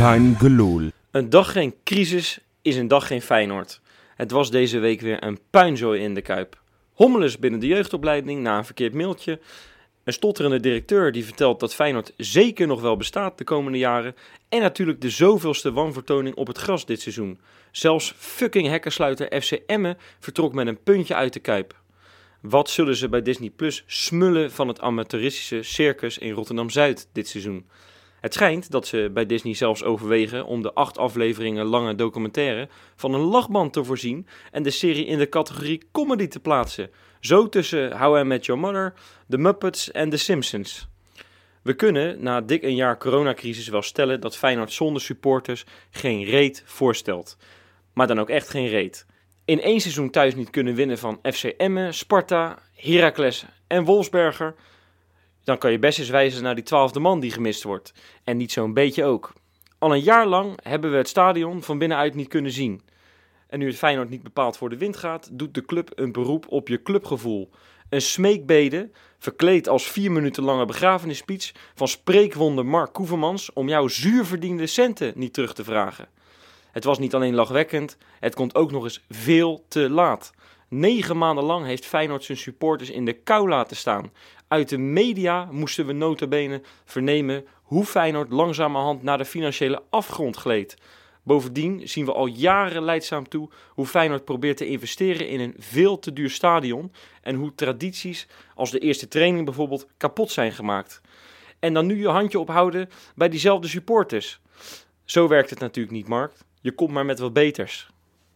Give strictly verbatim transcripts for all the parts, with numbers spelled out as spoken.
Kein gelul. Een dag geen crisis is een dag geen Feyenoord. Het was deze week weer een puinzooi in de Kuip. Hommeles binnen de jeugdopleiding na een verkeerd mailtje. Een stotterende directeur die vertelt dat Feyenoord zeker nog wel bestaat de komende jaren. En natuurlijk de zoveelste wanvertoning op het gras dit seizoen. Zelfs fucking hekkensluiter F C Emmen vertrok met een puntje uit de Kuip. Wat zullen ze bij Disney Plus smullen van het amateuristische circus in Rotterdam-Zuid dit seizoen? Het schijnt dat ze bij Disney zelfs overwegen om de acht afleveringen lange documentaire van een lachband te voorzien en de serie in de categorie comedy te plaatsen. Zo tussen How I Met Your Mother, The Muppets en The Simpsons. We kunnen na dik een jaar coronacrisis wel stellen dat Feyenoord zonder supporters geen reet voorstelt. Maar dan ook echt geen reet. In één seizoen thuis niet kunnen winnen van F C Emmen, Sparta, Heracles en Wolfsberger. Dan kan je best eens wijzen naar die twaalfde man die gemist wordt. En niet zo'n beetje ook. Al een jaar lang hebben we het stadion van binnenuit niet kunnen zien. En nu het Feyenoord niet bepaald voor de wind gaat, doet de club een beroep op je clubgevoel. Een smeekbede, verkleed als vier minuten lange begrafenisspeech van spreekwonder Mark Koevermans om jouw zuurverdiende centen niet terug te vragen. Het was niet alleen lachwekkend, het komt ook nog eens veel te laat. Negen maanden lang heeft Feyenoord zijn supporters in de kou laten staan. Uit de media moesten we nota bene vernemen hoe Feyenoord langzamerhand naar de financiële afgrond gleed. Bovendien zien we al jaren leidzaam toe hoe Feyenoord probeert te investeren in een veel te duur stadion en hoe tradities als de eerste training bijvoorbeeld kapot zijn gemaakt. En dan nu je handje ophouden bij diezelfde supporters. Zo werkt het natuurlijk niet, Mark. Je komt maar met wat beters.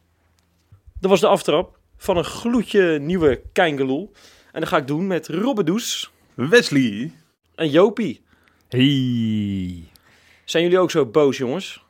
Dat was de aftrap van een gloedje nieuwe Keingeloel. En dat ga ik doen met Robbedoes, Wesley en Jopie. Hey. Zijn jullie ook zo boos, jongens?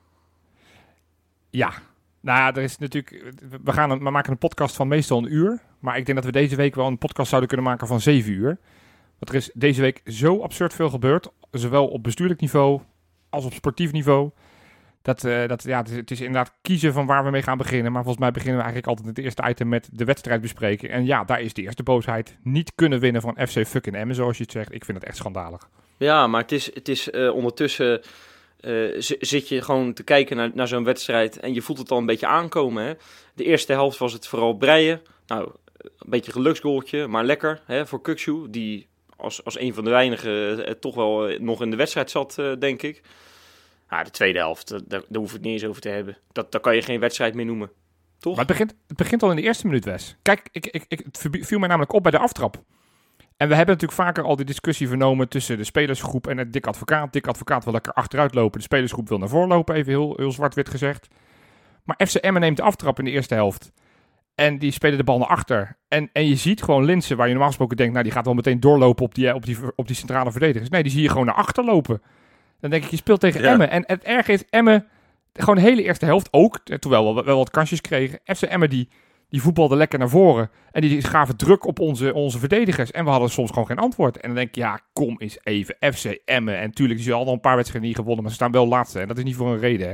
Ja. Nou ja, er is natuurlijk... We, gaan een, we maken een podcast van meestal een uur. Maar ik denk dat we deze week wel een podcast zouden kunnen maken van zeven uur. Want er is deze week zo absurd veel gebeurd. Zowel op bestuurlijk niveau als op sportief niveau. Dat, uh, dat, ja, het is, het is inderdaad kiezen van waar we mee gaan beginnen. Maar volgens mij beginnen we eigenlijk altijd het eerste item met de wedstrijd bespreken. En ja, daar is de eerste boosheid. Niet kunnen winnen van F C fucking Emmen, zoals je het zegt. Ik vind het echt schandalig. Ja, maar het is, het is uh, ondertussen uh, z- zit je gewoon te kijken naar, naar zo'n wedstrijd en je voelt het al een beetje aankomen. Hè? De eerste helft was het vooral breien. Nou, een beetje geluksgoaltje, maar lekker hè, voor Kukçu, die als, als een van de weinigen uh, toch wel uh, nog in de wedstrijd zat, uh, denk ik. Ja, de tweede helft, daar, daar hoef ik het niet eens over te hebben. Dat, daar kan je geen wedstrijd meer noemen, toch? Maar het begint, het begint al in de eerste minuut, Wes. Kijk, ik, ik, ik, het viel mij namelijk op bij de aftrap. En we hebben natuurlijk vaker al die discussie vernomen tussen de spelersgroep en het Dick Advocaat. Dick Advocaat wil lekker achteruit lopen, de spelersgroep wil naar voren lopen, even heel, heel zwart-wit gezegd. Maar F C Emmen neemt de aftrap in de eerste helft. En die spelen de bal naar achter. En, en je ziet gewoon Linssen, waar je normaal gesproken denkt, nou die gaat wel meteen doorlopen op die, op die, op die centrale verdedigers. Nee, die zie je gewoon naar achter lopen. Dan denk ik, je speelt tegen ja. Emmen. En het erge is, Emmen, gewoon de hele eerste helft ook, terwijl we wel wat kansjes kregen. F C Emmen die, die voetbalde lekker naar voren. En die gaven druk op onze, onze verdedigers. En we hadden soms gewoon geen antwoord. En dan denk ik, ja, kom eens even. F C Emmen. En tuurlijk, die hadden al een paar wedstrijden niet gewonnen, maar ze staan wel laatste. En dat is niet voor een reden, hè.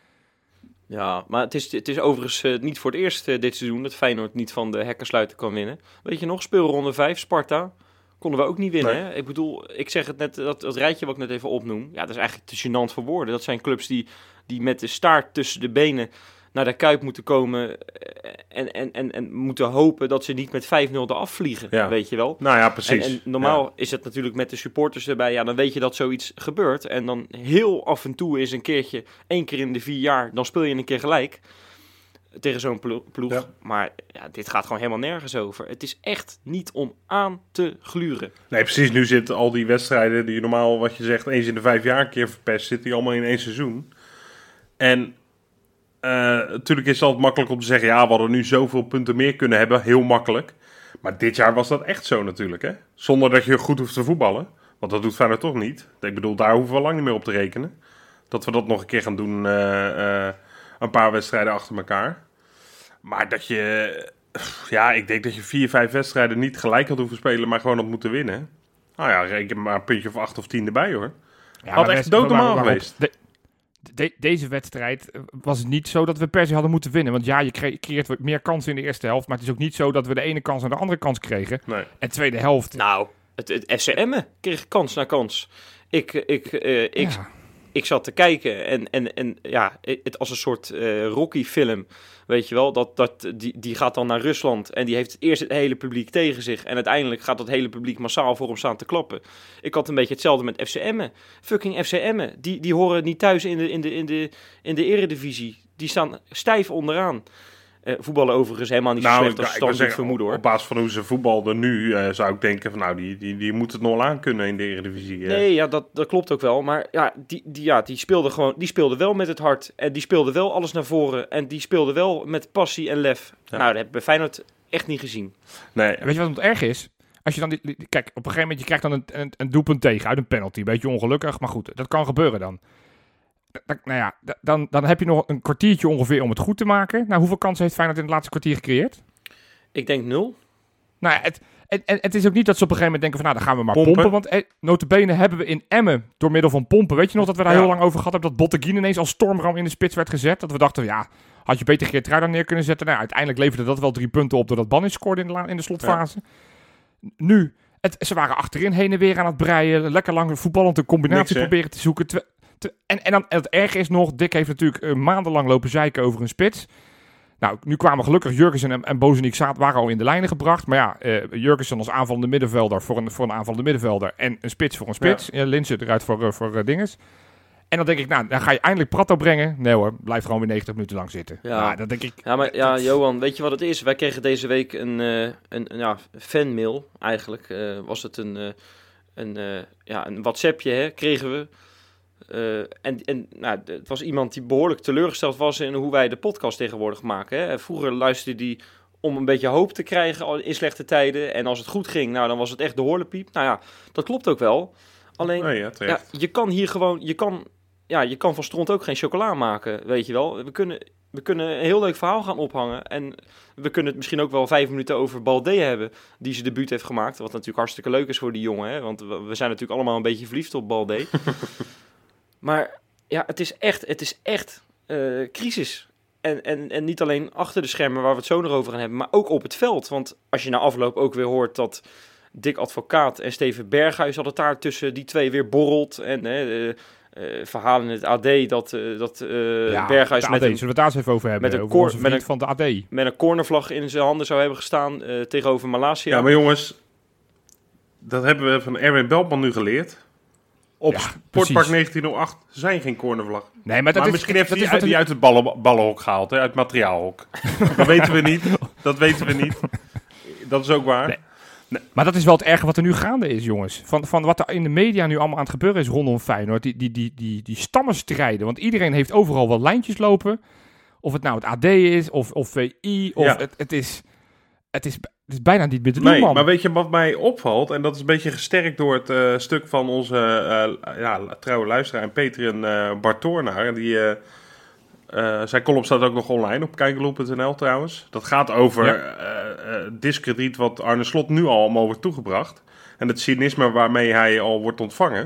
Ja, maar het is, het is overigens uh, niet voor het eerst uh, dit seizoen dat Feyenoord niet van de hekkensluiter kan winnen. Weet je nog, speelronde vijf, Sparta. Konden we ook niet winnen, nee. hè? Ik bedoel, ik zeg het net, dat, dat rijtje wat ik net even opnoem, ja, dat is eigenlijk te gênant voor woorden. Dat zijn clubs die, die met de staart tussen de benen naar de Kuip moeten komen en, en, en, en moeten hopen dat ze niet met vijf nul eraf vliegen, ja. weet je wel. Nou ja, precies. En, en normaal ja. is het natuurlijk met de supporters erbij, ja, dan weet je dat zoiets gebeurt. En dan heel af en toe is een keertje, één keer in de vier jaar, dan speel je een keer gelijk tegen zo'n ploeg. Ja. Maar ja, dit gaat gewoon helemaal nergens over. Het is echt niet om aan te gluren. Nee, precies. Nu zitten al die wedstrijden die je normaal, wat je zegt, eens in de vijf jaar een keer verpest, zitten die allemaal in één seizoen. En uh, natuurlijk is het altijd makkelijk om te zeggen, ja, we hadden nu zoveel punten meer kunnen hebben. Heel makkelijk. Maar dit jaar was dat echt zo natuurlijk, hè. Zonder dat je goed hoeft te voetballen. Want dat doet Feyenoord toch niet. Ik bedoel, daar hoeven we lang niet meer op te rekenen. Dat we dat nog een keer gaan doen, uh, uh, een paar wedstrijden achter elkaar. Maar dat je, ja, ik denk dat je vier, vijf wedstrijden niet gelijk had hoeven spelen, maar gewoon had moeten winnen. Nou ja, reken maar een puntje of acht of tien erbij, hoor. Ja, had echt doodnormaal geweest. De, de, deze wedstrijd was het niet zo dat we per se hadden moeten winnen. Want ja, je cre- creëert meer kansen in de eerste helft, maar het is ook niet zo dat we de ene kans naar de andere kans kregen. Nee. En tweede helft. Nou, het, het F C Emmen kreeg kans na kans. Ik, ik, uh, ik, ja. ik zat te kijken en, en, en ja, het als een soort uh, Rocky-film, weet je wel. Dat, dat, die, die gaat dan naar Rusland en die heeft eerst het hele publiek tegen zich. En uiteindelijk gaat dat hele publiek massaal voor hem staan te klappen. Ik had een beetje hetzelfde met F C Emmen. Fucking F C Emmen. Die, die horen niet thuis in de, in, de, in, de, in de eredivisie. Die staan stijf onderaan. Uh, voetballen overigens helemaal niet zo nou, slecht als stand niet vermoeden, hoor. Op basis van hoe ze voetbalden nu uh, zou ik denken van nou, die, die, die moet het nog wel aan kunnen in de Eredivisie. Uh. Nee, ja, dat, dat klopt ook wel. Maar ja, die, die, ja, die speelde gewoon, die speelde wel met het hart. En die speelde wel alles naar voren. En die speelde wel met passie en lef. Ja. Nou, dat heb ik bij Feyenoord echt niet gezien. Nee. Weet je wat het erg is? Als je dan die, die, kijk, op een gegeven moment, je krijgt dan een, een, een doelpunt tegen uit een penalty. Een beetje ongelukkig, maar goed, dat kan gebeuren dan. Dan, nou ja, dan, dan heb je nog een kwartiertje ongeveer om het goed te maken. Nou, hoeveel kansen heeft Feyenoord in het laatste kwartier gecreëerd? Ik denk nul. Nou, het, en, en het is ook niet dat ze op een gegeven moment denken van, nou, dan gaan we maar pompen. pompen want eh, notabene hebben we in Emmen, door middel van pompen, weet je nog dat we daar ja. heel lang over gehad hebben, dat Botteguin ineens als stormram in de spits werd gezet. Dat we dachten, ja, had je beter Geertrui dan neer kunnen zetten. Nou, uiteindelijk leverde dat wel drie punten op, doordat Bannis scoorde in de, la- in de slotfase. Ja. Nu, het, ze waren achterin heen en weer aan het breien, lekker lang voetballend een combinatie Niks, proberen te zoeken. Twe- te, en, en dan het erge is nog, Dick heeft natuurlijk uh, maandenlang lopen zeiken over een spits. Nou, nu kwamen gelukkig Jurgensen en, en Bozeniek waren al in de lijnen gebracht. Maar ja, uh, Jurgensen als aanvallende middenvelder voor een, voor een aanvallende middenvelder. En een spits voor een spits. Ja. Uh, Linssen eruit voor, uh, voor uh, dinges. En dan denk ik, nou, dan ga je eindelijk Pratto brengen. Nee hoor, blijf gewoon weer negentig minuten lang zitten. Ja, nou, dan denk ik... Ja, maar ja, Johan, weet je wat het is? Wij kregen deze week een, uh, een, een ja, fanmail eigenlijk. Uh, was het een, uh, een, uh, ja, een WhatsAppje, hè, kregen we. Uh, en en nou, het was iemand die behoorlijk teleurgesteld was in hoe wij de podcast tegenwoordig maken. Hè. Vroeger luisterde hij om een beetje hoop te krijgen in slechte tijden. En als het goed ging, nou, dan was het echt de horlepiep. Nou ja, dat klopt ook wel. Alleen, nee, ja, ja, je kan hier gewoon, je kan, ja, je kan van stront ook geen chocola maken, weet je wel. We kunnen, we kunnen een heel leuk verhaal gaan ophangen. En we kunnen het misschien ook wel vijf minuten over Balde hebben, die zijn debuut heeft gemaakt. Wat natuurlijk hartstikke leuk is voor die jongen, hè. Want we, we zijn natuurlijk allemaal een beetje verliefd op Balde. Maar ja, het is echt, het is echt uh, crisis. En, en, en niet alleen achter de schermen waar we het zo nog over gaan hebben, maar ook op het veld. Want als je na afloop ook weer hoort dat Dick Advocaat en Steven Berghuis dat het daar tussen die twee weer borrelt. En uh, uh, verhalen in het A D dat, uh, dat uh, ja, Berghuis met een, zullen we het daar eens even over hebben? Met een, over cor- met een van de A D. Met een cornervlag in zijn handen zou hebben gestaan uh, tegenover Malasia. Ja, maar jongens, dat hebben we van Erwin Beltman nu geleerd. Op ja, Sportpark negentien oh acht zijn geen cornervlag. Nee, maar, dat maar is, misschien heeft dat hij is die uit het ballen, ballenhok gehaald, hè, uit het materiaalhok. Dat weten we niet. Dat weten we niet. Dat is ook waar. Nee. Nee. Maar dat is wel het erge wat er nu gaande is, jongens. Van, van wat er in de media nu allemaal aan het gebeuren is rondom Feyenoord. Die, die, die, die, die stammenstrijden. Want iedereen heeft overal wel lijntjes lopen. Of het nou het A D is, of, of V I. Of ja. het, het, is, het, is, het is bijna niet meer te doen, nee, man. Maar weet je wat mij opvalt? En dat is een beetje gesterkt door het uh, stuk van onze uh, ja, trouwe luisteraar en Patreon uh, Bart Toornaar. Die... Uh, Uh, zijn column staat ook nog online op kijkeloel punt n l trouwens. Dat gaat over ja. uh, uh, diskrediet wat Arne Slot nu al allemaal wordt toegebracht. En het cynisme waarmee hij al wordt ontvangen.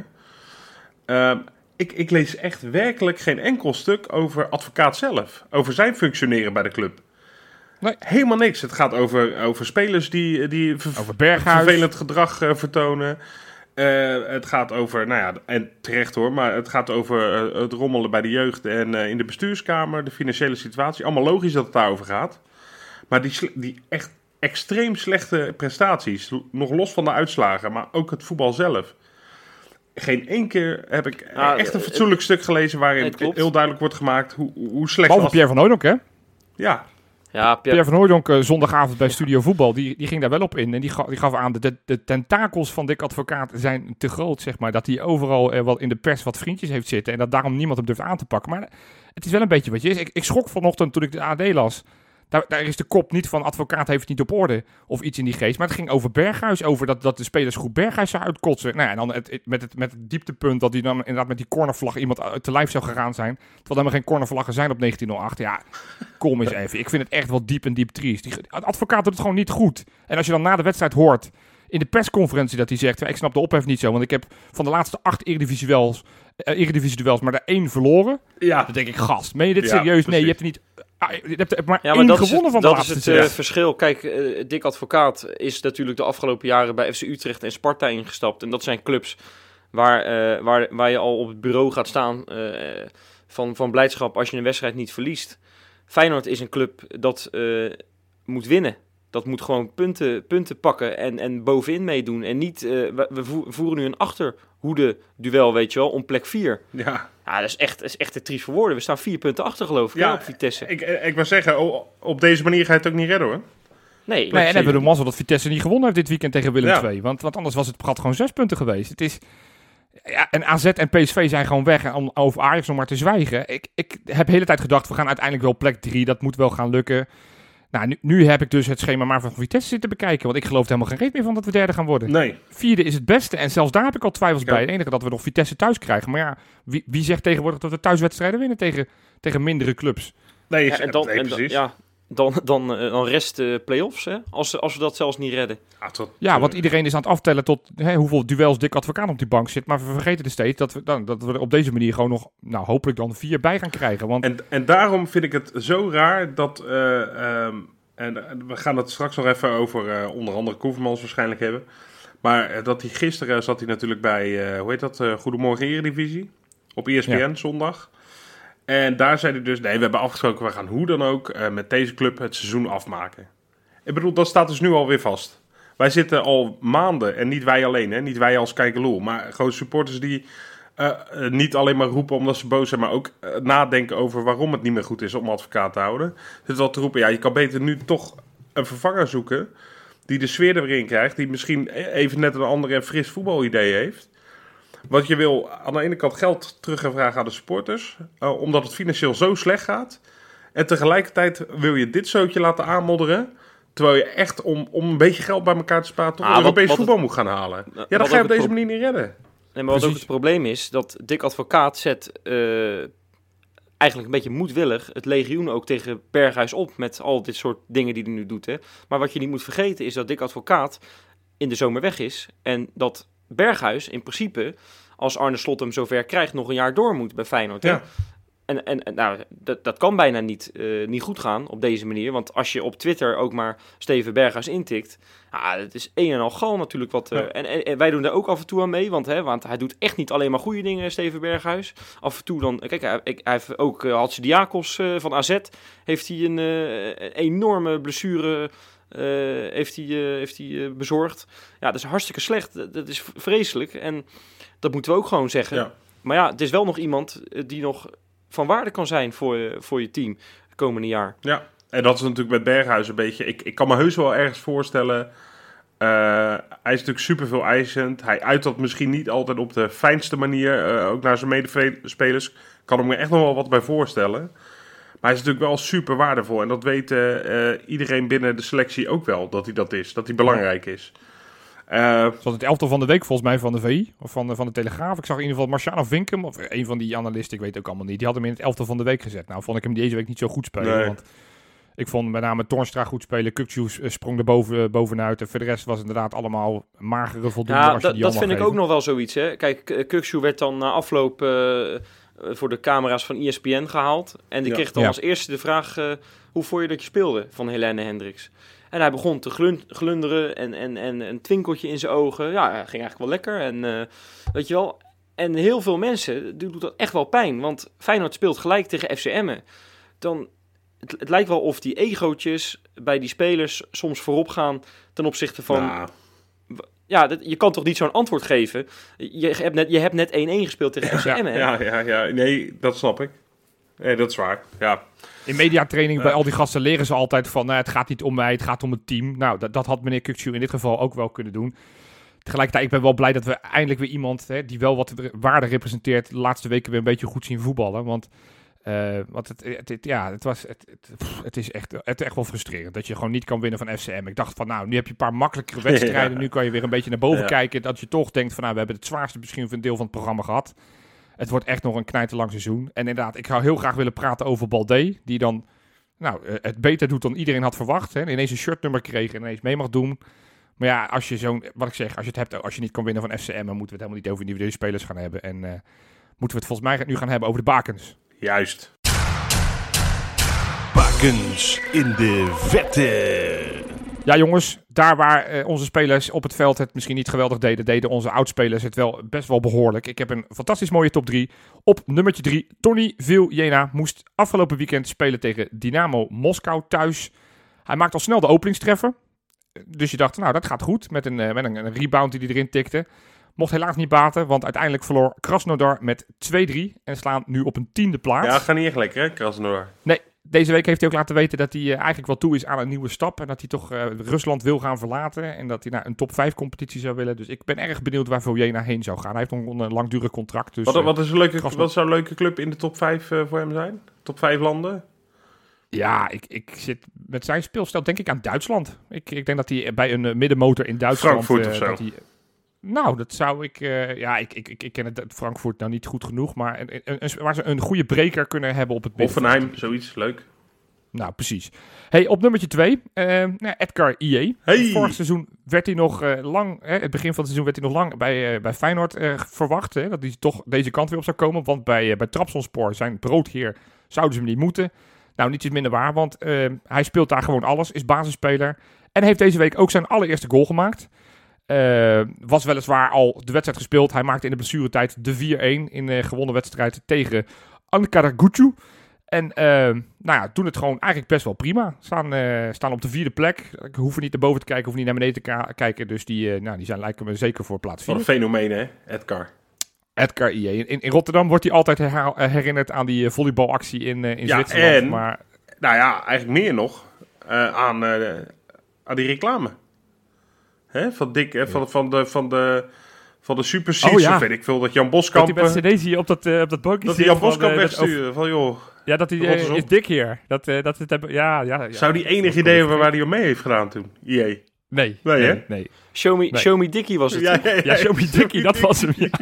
Uh, ik, ik lees echt werkelijk geen enkel stuk over Advocaat zelf. Over zijn functioneren bij de club. Nee. Helemaal niks. Het gaat over, over spelers die, die ver- over Berghuis. vervelend gedrag uh, vertonen. Uh, het gaat over, nou ja, en terecht hoor, maar het gaat over uh, het rommelen bij de jeugd en uh, in de bestuurskamer, de financiële situatie. Allemaal logisch dat het daarover gaat. Maar die, sle- die echt extreem slechte prestaties, nog los van de uitslagen, maar ook het voetbal zelf. Geen één keer heb ik ah, echt een fatsoenlijk uh, stuk gelezen waarin heel duidelijk wordt gemaakt hoe, hoe slecht... Behalve Pierre van Hooydonk, hè? Ja. Ja, Pierre, Pierre van Hooydonk, uh, zondagavond bij Studio Voetbal, die, die ging daar wel op in. En die, ga, die gaf aan, de, de, de tentakels van Dick Advocaat zijn te groot, zeg maar. Dat hij overal uh, wat in de pers wat vriendjes heeft zitten. En dat daarom niemand hem durft aan te pakken. Maar het is wel een beetje wat je is. Ik, ik schrok vanochtend toen ik de A D las. Daar, daar is de kop niet van Advocaat heeft het niet op orde of iets in die geest. Maar het ging over Berghuis, over dat, dat de spelersgroep Berghuis zou uitkotsen. Nou, en dan het, het, met, het, met het dieptepunt dat hij dan inderdaad met die cornervlag iemand te lijf zou gegaan zijn. Terwijl er maar geen cornervlaggen zijn op negentien oh acht. Ja, kom eens even. Ik vind het echt wel diep en diep triest. Die Advocaat doet het gewoon niet goed. En als je dan na de wedstrijd hoort in de persconferentie dat hij zegt, ik snap de ophef niet zo, want ik heb van de laatste acht Eredivisie-duels, uh, Eredivisie-duels maar er één verloren. Ja. Dan denk ik, gast, meen je dit ja, serieus? Precies. Nee, je hebt er niet... Ah, je hebt er maar ja, maar één gewonnen het, van de dat laatste. Dat is het uh, verschil. Kijk, uh, Dick Advocaat is natuurlijk de afgelopen jaren bij F C Utrecht en Sparta ingestapt. En dat zijn clubs Waar, uh, waar, waar je al op het bureau gaat staan uh, van, van blijdschap als je een wedstrijd niet verliest. Feyenoord is een club dat uh, moet winnen. Dat moet gewoon punten, punten pakken en, en bovenin meedoen. En niet, uh, we, we voeren nu een achterhoede duel, weet je wel, om plek vier. Ja. Ja, dat is echt, dat is echt te triest voor woorden. We staan vier punten achter, geloof ik, ja, op Vitesse. Ik, ik wil zeggen, op deze manier ga je het ook niet redden, hoor. Nee, nee en hebben we de mazzel dat Vitesse niet gewonnen heeft dit weekend tegen Willem ja. twee. Want, want anders was het gat gewoon zes punten geweest. Het is... Ja, en A Z en P S V zijn gewoon weg. En om over Ajax nog maar te zwijgen. Ik, ik heb de hele tijd gedacht, we gaan uiteindelijk wel plek drie. Dat moet wel gaan lukken. Nou, nu, nu heb ik dus het schema maar van Vitesse zitten bekijken. Want ik geloof er helemaal geen reet meer van dat we derde gaan worden. Nee. Vierde is het beste. En zelfs daar heb ik al twijfels ja. bij. Het enige dat we nog Vitesse thuis krijgen. Maar ja, wie, wie zegt tegenwoordig dat we thuiswedstrijden winnen tegen, tegen mindere clubs? Nee, ja, en dan, nee, en precies. Dan, ja, dan, dan, dan rest de play-offs, hè? Als, als we dat zelfs niet redden. Ja, tot, ja, want iedereen is aan het aftellen tot hè, hoeveel duels Dick Advocaat op die bank zit. Maar we vergeten er steeds dat we, dan, dat we er op deze manier gewoon nog, nou hopelijk dan vier bij gaan krijgen. Want... En, en daarom vind ik het zo raar dat... Uh, um, en we gaan het straks nog even over uh, onder andere Koevermans waarschijnlijk hebben. Maar uh, dat hij gisteren zat hij natuurlijk bij, uh, hoe heet dat, uh, Goedemorgen Eredivisie. Op E S P N ja. zondag. En daar zei hij dus, nee, we hebben afgesproken, we gaan hoe dan ook uh, met deze club het seizoen afmaken. Ik bedoel, dat staat dus nu alweer vast. Wij zitten al maanden, en niet wij alleen, hè, niet wij als kijkeloel, maar gewoon supporters die uh, uh, niet alleen maar roepen omdat ze boos zijn, maar ook uh, nadenken over waarom het niet meer goed is om Advocaat te houden. Zit wel te roepen, ja, je kan beter nu toch een vervanger zoeken die de sfeer er weer in krijgt, die misschien even net een ander en fris voetbalidee heeft. Want je wil aan de ene kant geld terug gaan vragen aan de supporters, uh, omdat het financieel zo slecht gaat. En tegelijkertijd wil je dit zootje laten aanmodderen, terwijl je echt om, om een beetje geld bij elkaar te sparen toch ah, Europees voetbal het, moet gaan halen. Uh, ja, dat ga je op deze pro- manier niet redden. Nee, maar wat ook het probleem is, dat Dick Advocaat zet uh, eigenlijk een beetje moedwillig het legioen ook tegen Berghuis op met al dit soort dingen die hij nu doet. Hè. Maar wat je niet moet vergeten is dat Dick Advocaat in de zomer weg is en dat Berghuis in principe, als Arne Slot hem zover krijgt, nog een jaar door moet bij Feyenoord. Hè? Ja. En, en, en nou, dat, dat kan bijna niet, uh, niet goed gaan op deze manier. Want als je op Twitter ook maar Steven Berghuis intikt, ah, het is een en al gal natuurlijk. Wat, uh, ja. en, en, en wij doen daar ook af en toe aan mee, want, hè, want hij doet echt niet alleen maar goede dingen, Steven Berghuis. Af en toe dan, kijk, hij, hij heeft ook uh, Hatzidakos uh, van A Z, heeft hij een, uh, een enorme blessure Uh, heeft hij, uh, heeft hij uh, bezorgd. Ja, dat is hartstikke slecht. Dat, dat is vreselijk. En dat moeten we ook gewoon zeggen. Ja. Maar ja, het is wel nog iemand uh, die nog van waarde kan zijn voor je, voor je team het komende jaar. Ja, en dat is natuurlijk met Berghuis een beetje... Ik, ik kan me heus wel ergens voorstellen... Uh, hij is natuurlijk super veel eisend. Hij uit dat misschien niet altijd op de fijnste manier. Uh, ook naar zijn medespelers. Kan ik me echt nog wel wat bij voorstellen. Maar hij is natuurlijk wel super waardevol. En dat weet uh, iedereen binnen de selectie ook wel, dat hij dat is. Dat hij belangrijk is. Uh, dat was het elftal van de week volgens mij van de V I. Of van de, van de Telegraaf. Ik zag in ieder geval Marciano Vinkum. Of een van die analisten, ik weet het ook allemaal niet. Die had hem in het elftal van de week gezet. Nou vond ik hem deze week niet zo goed spelen. Nee. Want ik vond met name Toornstra goed spelen. Kukçu sprong er boven, bovenuit. En voor de rest was het inderdaad allemaal magere voldoende. Ja, als je dat, die dat vind geven. ik ook nog wel zoiets. Hè? Kijk, Kukçu werd dan na afloop uh, voor de camera's van E S P N gehaald. En die ja. kreeg dan ja. als eerste de vraag... Uh, hoe vond je dat je speelde van Helene Hendricks? En hij begon te glun- glunderen en, en, en een twinkeltje in zijn ogen. Ja, hij ging eigenlijk wel lekker. En uh, weet je wel... En heel veel mensen doet dat echt wel pijn. Want Feyenoord speelt gelijk tegen F C Emmen. Dan, het, het lijkt wel of die egootjes bij die spelers soms voorop gaan ten opzichte van... Nou. Ja, dat, je kan toch niet zo'n antwoord geven? Je hebt net, je hebt net één-één gespeeld tegen F C Emmen. Ja, ja, ja, ja. Nee, dat snap ik. Nee, dat is waar. Ja. In mediatraining uh. bij al die gasten leren ze altijd van... Nou, het gaat niet om mij, het gaat om het team. Nou, dat, dat had meneer Kukçu in dit geval ook wel kunnen doen. Tegelijkertijd, ik ben wel blij dat we eindelijk weer iemand... Hè, die wel wat waarde representeert... de laatste weken weer een beetje goed zien voetballen. Want, uh, want het, het, het, ja, het, was, het, het, het is echt, het echt wel frustrerend... dat je gewoon niet kan winnen van F C M. Ik dacht van, nou, nu heb je een paar makkelijkere wedstrijden. Ja. Nu kan je weer een beetje naar boven ja. kijken. Dat je toch denkt van, nou, we hebben het zwaarste misschien voor een deel van het programma gehad. Het wordt echt nog een knijterlang seizoen. En inderdaad, ik zou heel graag willen praten over Baldé... die dan nou, het beter doet dan iedereen had verwacht. Hè. Ineens een shirtnummer kreeg en ineens mee mag doen... Maar ja, als je zo'n, wat ik zeg, als je het hebt, als je niet kan winnen van F C M, dan moeten we het helemaal niet over individuele spelers gaan hebben. En uh, moeten we het volgens mij nu gaan hebben over de bakens. Juist. Bakens in de vette. Ja, jongens, daar waar uh, onze spelers op het veld het misschien niet geweldig deden, deden onze oudspelers het wel best wel behoorlijk. Ik heb een fantastisch mooie top drie. Op nummertje drie, Tony Viljena moest afgelopen weekend spelen tegen Dynamo Moskou thuis. Hij maakt al snel de openingstreffer. Dus je dacht, nou, dat gaat goed met een, uh, met een, een rebound die hij erin tikte. Mocht helaas niet baten, want uiteindelijk verloor Krasnodar met twee drie en slaan nu op een tiende plaats. Ja, gaat niet echt lekker, hè, Krasnodar? Nee. Deze week heeft hij ook laten weten dat hij uh, eigenlijk wel toe is aan een nieuwe stap. En dat hij toch uh, Rusland wil gaan verlaten. En dat hij naar een top vijf competitie zou willen. Dus ik ben erg benieuwd waar Viljena heen zou gaan. Hij heeft nog een langdurig contract. Dus, wat, wat, is een leuke, Krasno- wat zou een leuke club in de top vijf uh, voor hem zijn? Top vijf landen? Ja, ik, ik zit met zijn speelstijl denk ik aan Duitsland. Ik, ik denk dat hij bij een uh, middenmotor in Duitsland... Frankfurt uh, of zo. Dat hij, nou, dat zou ik... Uh, ja, ik, ik, ik, ik ken het Frankfurt nou niet goed genoeg. Maar een, een, een, waar ze een goede breker kunnen hebben op het middenveld. Hoffenheim, zoiets. Leuk. Nou, precies. Hey, op nummertje twee, uh, nou, Edgar Ije. Hey. Vorig seizoen werd hij nog uh, lang, hè, het begin van het seizoen werd hij nog lang bij, uh, bij Feyenoord uh, verwacht. Hè, dat hij toch deze kant weer op zou komen. Want bij, uh, bij Trabzonspor, zijn broodheer, zouden ze hem niet moeten. Nou, niets is minder waar, want uh, hij speelt daar gewoon alles, is basisspeler. En heeft deze week ook zijn allereerste goal gemaakt. Uh, was weliswaar al de wedstrijd gespeeld. Hij maakte in de blessuretijd de vier-een in een uh, gewonnen wedstrijd tegen Ankara Gucu. En uh, nou ja, doen het gewoon eigenlijk best wel prima. Staan, uh, staan op de vierde plek. Ik hoef er niet naar boven te kijken, hoef niet naar beneden te ka- kijken. Dus die, uh, nou, die zijn lijken me zeker voor plaats vier. Wat een fenomeen, hè, Edgar. Edgar Ije. In, in Rotterdam wordt hij altijd herha- herinnerd aan die uh, volleybalactie in, uh, in Ja, Zwitserland. en- Maar Nou ja, eigenlijk meer nog uh, aan, uh, aan die reclame. Hè? Van, Dick, eh, van, van de... Van de Van de Super Seats, Oh, ja. of weet ik veel, dat Jan dat Boskamp... hij met cd's hier op dat, uh, op dat bankje dat zit hij Jan van, Boskamp uh, dat wegsturen. Van joh, over- Ja, dat hij Rot eens uh, op. is dik hier. Dat, uh, dat het hebben, ja, ja, ja. zou die enig Dat idee kon hebben ik waar hij aan mee heeft gedaan toen? I E. Nee, Nee, nee, hè? nee. nee. Show me, Nee. show me Dickie was het. Ja, toch? ja, Ja, Show Me Dickie, dat was hem. Ja.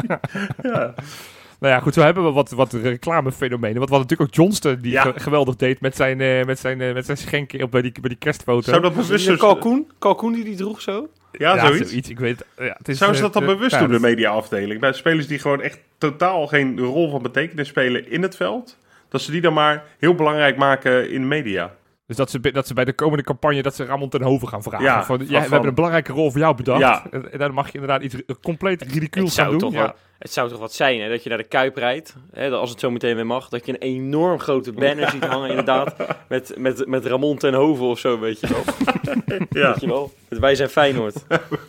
ja. Nou ja, goed, zo hebben we wat, wat reclamefenomenen. Wat, wat natuurlijk ook Johnston, die Ja. ge- geweldig deed met zijn, uh, met zijn, uh, met zijn schenken op bij die, bij die kerstfoto. Zou dat Was het bewust niet een zo... kalkoen? Kalkoen die die droeg zo? Ja, ja, zoiets. Ik weet het. Ja, het is, Zouden ze uh, dat dan uh, bewust ja, doen, de dat- mediaafdeling? Bij spelers die gewoon echt totaal geen rol van betekenis spelen in het veld, dat ze die dan maar heel belangrijk maken in de media. Dus dat ze, bij- dat ze bij de komende campagne dat ze Ramon ten Hoven gaan vragen. Ja, van, van- ja, we van- hebben een belangrijke rol voor jou bedacht. Ja. En, en dan mag je inderdaad iets ri- compleet ridicules Het gaan zou, doen. toch Ja. wel, het zou toch wat zijn, hè? Dat je naar de Kuip rijdt, hè? Dat als het zo meteen weer mag, dat je een enorm grote banner ziet hangen, inderdaad, met, met, met Ramon ten Hoven of zo, weet je wel. Ja. Weet je wel? Met Wij zijn Feyenoord.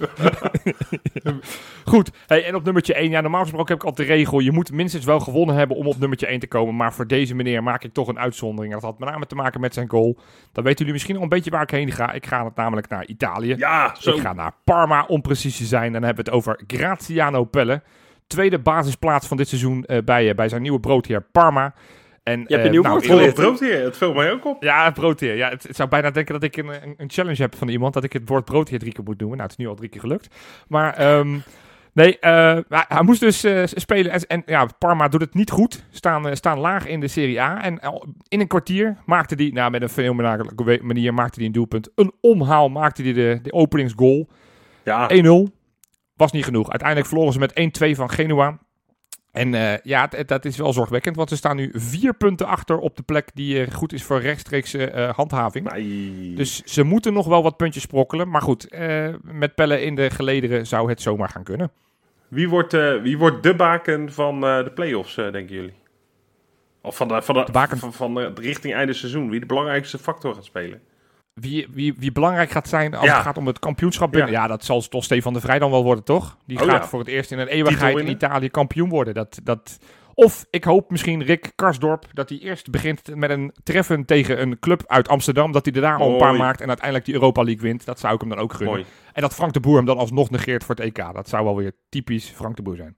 Goed, hey, en op nummertje één, ja, normaal gesproken heb ik altijd de regel, je moet minstens wel gewonnen hebben om op nummertje één te komen, maar voor deze meneer maak ik toch een uitzondering. Dat had met name te maken met zijn goal. Dan weten jullie misschien al een beetje waar ik heen ga. Ik ga het namelijk naar Italië. Ja, zo. Ik ga naar Parma, om precies te zijn. En dan hebben we het over Graziano Pelle. Tweede basisplaats van dit seizoen uh, bij, uh, bij zijn nieuwe broodheer Parma. En, Je hebt uh, een nieuw nou, woord Vol geleerd. op brood hier, het viel mij ook op. Ja, broodheer. Ja, het, het zou bijna denken dat ik een, een, een challenge heb van iemand. Dat ik het woord broodheer drie keer moet noemen. Nou, het is nu al drie keer gelukt. Maar um, nee, uh, hij, hij moest dus uh, spelen. En, en ja, Parma doet het niet goed. Staan, uh, staan laag in de Serie A. En uh, in een kwartier maakte hij, nou met een fenomenale manier, maakte hij een doelpunt. Een omhaal maakte hij de, de openingsgoal. Ja, één nul. Was niet genoeg. Uiteindelijk verloren ze met één twee van Genua. En uh, ja, t- dat is wel zorgwekkend, want ze staan nu vier punten achter op de plek die uh, goed is voor rechtstreekse uh, handhaving. nee. Dus ze moeten nog wel wat puntjes sprokkelen. Maar goed, uh, met Pelle in de gelederen zou het zomaar gaan kunnen. Wie wordt, uh, wie wordt de baken van uh, de play-offs, uh, denken jullie? Of van de, van de, De baken- van, van de richting einde seizoen. Wie de belangrijkste factor gaat spelen? Wie, wie, wie belangrijk gaat zijn als Ja. het gaat om het kampioenschap binnen. Ja, Ja. dat zal toch Stefan de Vrij dan wel worden, toch? Die Oh, gaat ja. voor het eerst in een Titel eeuwigheid in winnen. Italië kampioen worden. Dat, dat... Of ik hoop misschien Rick Karsdorp dat hij eerst begint met een treffen tegen een club uit Amsterdam. Dat hij er daar al een paar Mooi. maakt en uiteindelijk die Europa League wint. Dat zou ik hem dan ook gunnen. Mooi. En dat Frank de Boer hem dan alsnog negeert voor het E K. Dat zou wel weer typisch Frank de Boer zijn.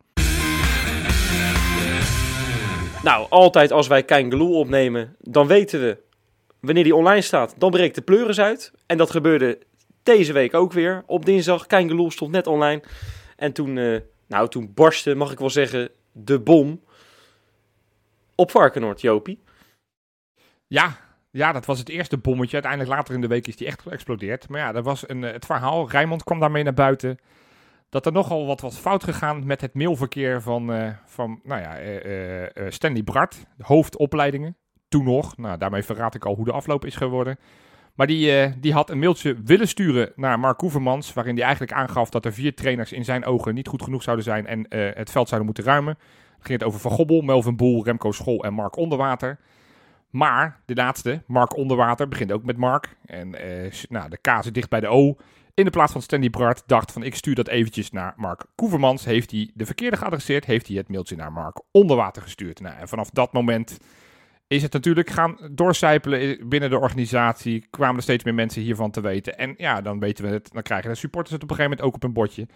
Nou, altijd als wij Kein Geloel opnemen, dan weten we, wanneer die online staat, dan breekt de pleuris uit. En dat gebeurde deze week ook weer. Op dinsdag, Kein Geloel stond net online. En toen, uh, nou, toen barstte, mag ik wel zeggen, de bom op Varkenoord, Jopie. Ja, ja, dat was het eerste bommetje. Uiteindelijk later in de week is die echt geëxplodeerd. Maar ja, dat was een, uh, het verhaal. Rijnmond kwam daarmee naar buiten. Dat er nogal wat was fout gegaan met het mailverkeer van, uh, van nou ja, uh, uh, uh, Stanley Bart, de hoofdopleidingen. Toen nog. Nou, daarmee verraad ik al hoe de afloop is geworden. Maar die, uh, die had een mailtje willen sturen naar Mark Koevermans, waarin hij eigenlijk aangaf dat er vier trainers in zijn ogen niet goed genoeg zouden zijn en uh, het veld zouden moeten ruimen. Dan ging het over Van Gobbel, Melvin Boel, Remco Scholl en Mark Onderwater. Maar de laatste, Mark Onderwater, begint ook met Mark. En uh, nou, de K zit dicht bij de O. In de plaats van Stanley Brard dacht van ik stuur dat eventjes naar Mark Koevermans. Heeft hij de verkeerde geadresseerd, heeft hij het mailtje naar Mark Onderwater gestuurd. Nou, en vanaf dat moment is het natuurlijk gaan doorcijpelen binnen de organisatie. Kwamen er steeds meer mensen hiervan te weten. En ja, dan weten we het. Dan krijgen de supporters het op een gegeven moment ook op een bordje.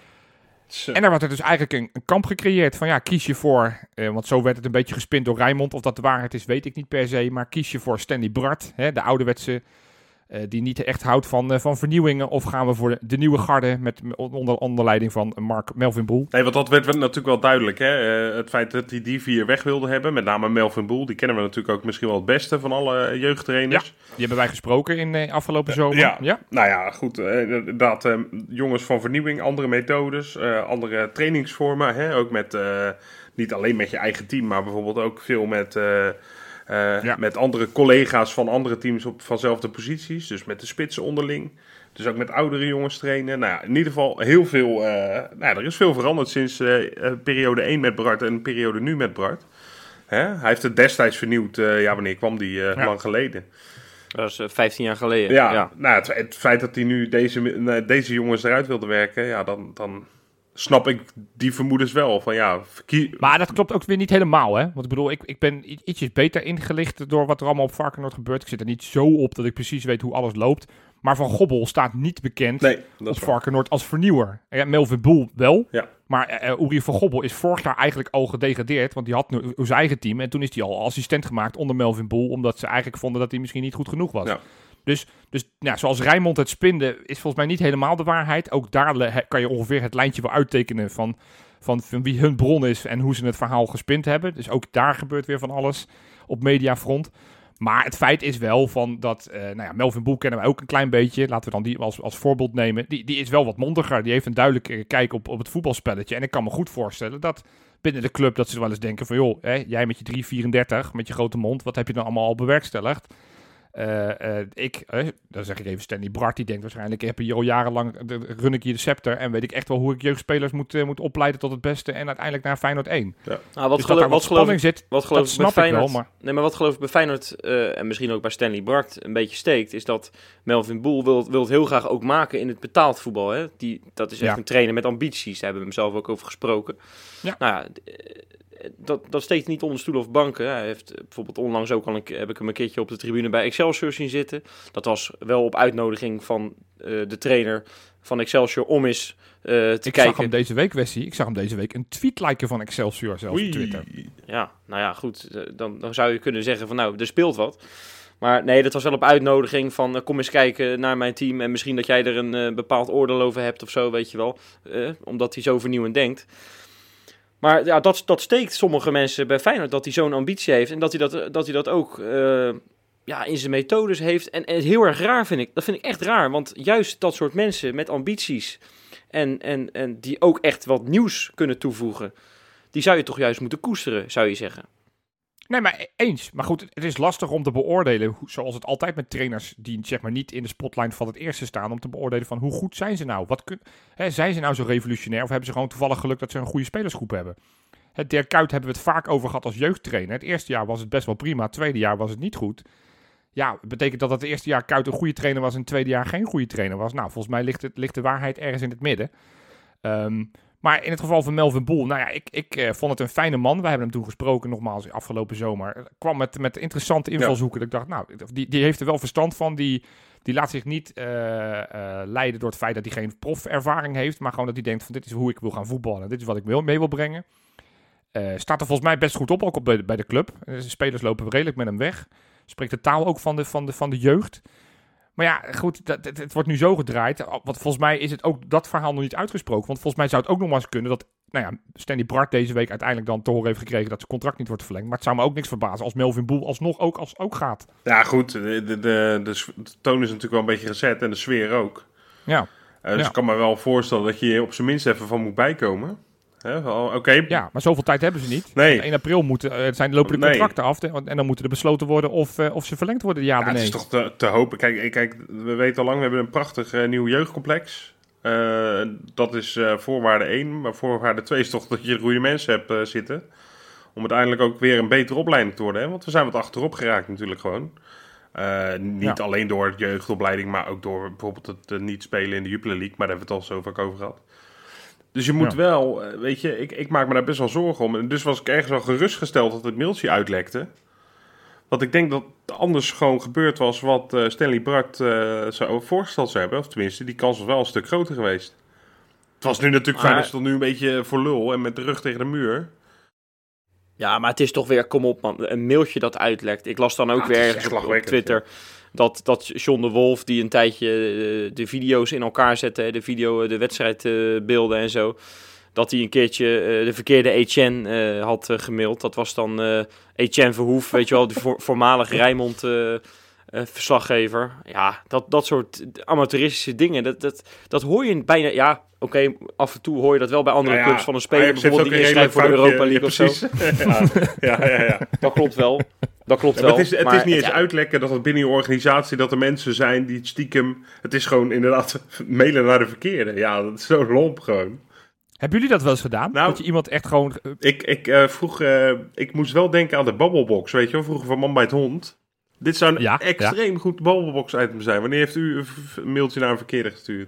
Zo. En daar wordt er dus eigenlijk een, een kamp gecreëerd van ja, kies je voor, eh, want zo werd het een beetje gespind door Rijnmond. Of dat de waarheid is, weet ik niet per se. Maar kies je voor Stanley Brard, hè, de ouderwetse, uh, die niet echt houdt van, uh, van vernieuwingen. Of gaan we voor de, de nieuwe garde met onder, onder leiding van Mark Melvin Boel? Nee, want dat werd natuurlijk wel duidelijk. Hè? Uh, het feit dat hij die vier weg wilde hebben, met name Melvin Boel, die kennen we natuurlijk ook misschien wel het beste van alle jeugdtrainers. Ja, die hebben wij gesproken in uh, afgelopen zomer. Ja, ja, nou ja, goed. Uh, inderdaad, uh, jongens van vernieuwing, andere methodes, uh, andere trainingsvormen. Hè? Ook met, uh, niet alleen met je eigen team, maar bijvoorbeeld ook veel met... Uh, Uh, ja. Met andere collega's van andere teams op vanzelfde posities. Dus met de spitsen onderling. Dus ook met oudere jongens trainen. Nou ja, in ieder geval heel veel... Uh, nou, er is veel veranderd sinds uh, periode één met Brard en periode nu met Brard. Hè? Hij heeft het destijds vernieuwd. Uh, ja, wanneer kwam die? Uh, ja. Lang geleden. Dat is uh, vijftien jaar geleden. Ja, ja. Nou, het, het feit dat hij nu deze, uh, deze jongens eruit wilde werken... Ja, dan... dan snap ik die vermoedens wel. Van ja, verkie- maar dat klopt ook weer niet helemaal, hè? Want ik bedoel, ik, ik ben ietsjes beter ingelicht door wat er allemaal op Varkenoord gebeurt. Ik zit er niet zo op dat ik precies weet hoe alles loopt. Maar Van Gobbel staat niet bekend nee, op Varkenoord als vernieuwer. Ja, Melvin Boel wel. Ja. Maar uh, Uri van Gobbel is vorig jaar eigenlijk al gedegradeerd. Want die had nu zijn eigen team. En toen is hij al assistent gemaakt onder Melvin Boel. Omdat ze eigenlijk vonden dat hij misschien niet goed genoeg was. Ja. Dus, dus ja, zoals Rijnmond het spinde, is volgens mij niet helemaal de waarheid. Ook daar le- kan je ongeveer het lijntje wel uittekenen van, van, van wie hun bron is en hoe ze het verhaal gespind hebben. Dus ook daar gebeurt weer van alles op mediafront. Maar het feit is wel van dat, uh, nou ja, Melvin Boel kennen wij ook een klein beetje. Laten we dan die als, als voorbeeld nemen. Die, die is wel wat mondiger. Die heeft een duidelijke kijk op, op het voetbalspelletje. En ik kan me goed voorstellen dat binnen de club dat ze wel eens denken van joh, hè, jij met je drie vierendertig, met je grote mond, wat heb je dan allemaal al bewerkstelligd? Uh, uh, ik, uh, dan zeg ik even Stanley Brard, die denkt waarschijnlijk, ik heb hier al jarenlang, de, run ik hier de scepter en weet ik echt wel hoe ik jeugdspelers moet, uh, moet opleiden tot het beste en uiteindelijk naar Feyenoord één. Ja. Nou, wat dus geloof, dat wat spanning geloof, zit, wat geloof dat snap ik Feyenoord, wel. Maar... Nee, maar wat geloof ik bij Feyenoord uh, en misschien ook bij Stanley Brard een beetje steekt, is dat Melvin Boel wil, wil het heel graag ook maken in het betaald voetbal. Hè? Die, dat is echt ja. een trainer met ambities, daar hebben we hem zelf ook over gesproken. Ja. Nou ja, Dat, dat steekt niet onder stoelen of banken. Hij heeft bijvoorbeeld onlangs ook al een, heb ik hem een keertje op de tribune bij Excelsior zien zitten. Dat was wel op uitnodiging van uh, de trainer van Excelsior om eens uh, te ik kijken. Ik zag hem deze week, Wessie, ik zag hem deze week een tweet liken van Excelsior zelf op Twitter. Ja, nou ja, goed. Dan, dan zou je kunnen zeggen van nou, er speelt wat. Maar nee, dat was wel op uitnodiging van uh, kom eens kijken naar mijn team en misschien dat jij er een uh, bepaald oordeel over hebt of zo, weet je wel. Uh, omdat hij zo vernieuwend denkt. Maar ja, dat, dat steekt sommige mensen bij Feyenoord, dat hij zo'n ambitie heeft. En dat hij dat, dat, hij dat ook uh, ja, in zijn methodes heeft. En, en heel erg raar vind ik. Dat vind ik echt raar. Want juist dat soort mensen met ambities en, en, en die ook echt wat nieuws kunnen toevoegen, die zou je toch juist moeten koesteren, zou je zeggen. Nee, maar eens. Maar goed, het is lastig om te beoordelen, hoe, zoals het altijd met trainers die zeg maar niet in de spotlight van het eerste staan, om te beoordelen van hoe goed zijn ze nou? Wat kun, hè, zijn ze nou zo revolutionair of hebben ze gewoon toevallig geluk dat ze een goede spelersgroep hebben? Het Dirk Kuyt hebben we het vaak over gehad als jeugdtrainer. Het eerste jaar was het best wel prima, het tweede jaar was het niet goed. Ja, betekent dat dat het eerste jaar Kuyt een goede trainer was en het tweede jaar geen goede trainer was? Nou, volgens mij ligt, het, ligt de waarheid ergens in het midden. Um, Maar in het geval van Melvin Boel, nou ja, ik, ik uh, vond het een fijne man. We hebben hem toen gesproken, nogmaals, afgelopen zomer. Kwam met, met interessante invalshoeken. Ja. Ik dacht, nou, die, die heeft er wel verstand van. Die, die laat zich niet uh, uh, leiden door het feit dat hij geen profervaring heeft. Maar gewoon dat hij denkt van, dit is hoe ik wil gaan voetballen. Dit is wat ik wil, mee wil brengen. Uh, staat er volgens mij best goed op, ook op bij, bij de club. De spelers lopen redelijk met hem weg. Spreekt de taal ook van de, van de, van de jeugd. Maar ja, goed, dat, het, het wordt nu zo gedraaid. Want volgens mij is het ook dat verhaal nog niet uitgesproken. Want volgens mij zou het ook nog maar eens kunnen dat, nou ja, Stanley Brard deze week uiteindelijk dan te horen heeft gekregen dat zijn contract niet wordt verlengd. Maar het zou me ook niks verbazen als Melvin Boel alsnog ook, als, ook gaat. Ja, goed, de, de, de, de toon is natuurlijk wel een beetje gezet en de sfeer ook. Ja. Uh, dus ja. ik kan me wel voorstellen dat je op zijn minst even van moet bijkomen. Oké. Okay. Ja, maar zoveel tijd hebben ze niet. Nee. één april moeten, uh, zijn, lopen de nee. contracten af. En dan moeten er besloten worden of, uh, of ze verlengd worden, ja, ja of nee. Het is toch te, te hopen. Kijk, kijk, we weten al lang, we hebben een prachtig uh, nieuw jeugdcomplex. Uh, dat is uh, voorwaarde één. Maar voorwaarde twee is toch dat je de goede mensen hebt uh, zitten. Om uiteindelijk ook weer een betere opleiding te worden. Hè? Want we zijn wat achterop geraakt natuurlijk gewoon. Uh, niet ja. alleen door de jeugdopleiding, maar ook door bijvoorbeeld het uh, niet spelen in de Jupiler League. Maar daar hebben we het al zo vaak over gehad. Dus je moet ja. wel, uh, weet je, ik, ik maak me daar best wel zorgen om. En dus was ik ergens wel gerustgesteld dat het mailtje uitlekte. Want ik denk dat anders gewoon gebeurd was wat uh, Stanley Bragt uh, zou voorgesteld zou hebben. Of tenminste, die kans was wel een stuk groter geweest. Het was nu natuurlijk fijn dat ze tot nu een beetje voor lul en met de rug tegen de muur. Ja, maar het is toch weer, kom op man, een mailtje dat uitlekt. Ik las dan ook ja, weer ergens op, op Twitter ja. dat, dat John de Wolf, die een tijdje uh, de video's in elkaar zette, de video, de wedstrijdbeelden uh, en zo, dat hij een keertje uh, de verkeerde Etienne uh, had uh, gemaild. Dat was dan uh, Etienne Verhoef, weet je wel, de voor, voormalig Rijnmond uh, uh, verslaggever. Ja, dat, dat soort amateuristische dingen, dat, dat, dat hoor je bijna, ja... Oké, okay, af en toe hoor je dat wel bij andere ja, clubs ja. van een speler, bijvoorbeeld die inschrijft voor de Europa League ja, of zo. ja, ja, ja, ja. Dat klopt wel. Dat klopt ja, wel. Het is, het maar, is niet eens ja. uitlekken dat het binnen je organisatie, dat er mensen zijn die stiekem... Het is gewoon inderdaad mailen naar de verkeerde. Ja, dat is zo lomp gewoon. Hebben jullie dat wel eens gedaan? Nou, dat je iemand echt gewoon... Ik, ik uh, vroeg... Uh, ik moest wel denken aan de Bubblebox, weet je wel? Vroeger van Man bij het Hond. Dit zou een ja, extreem ja. goed Bubblebox-item zijn. Wanneer heeft u een mailtje naar een verkeerde gestuurd?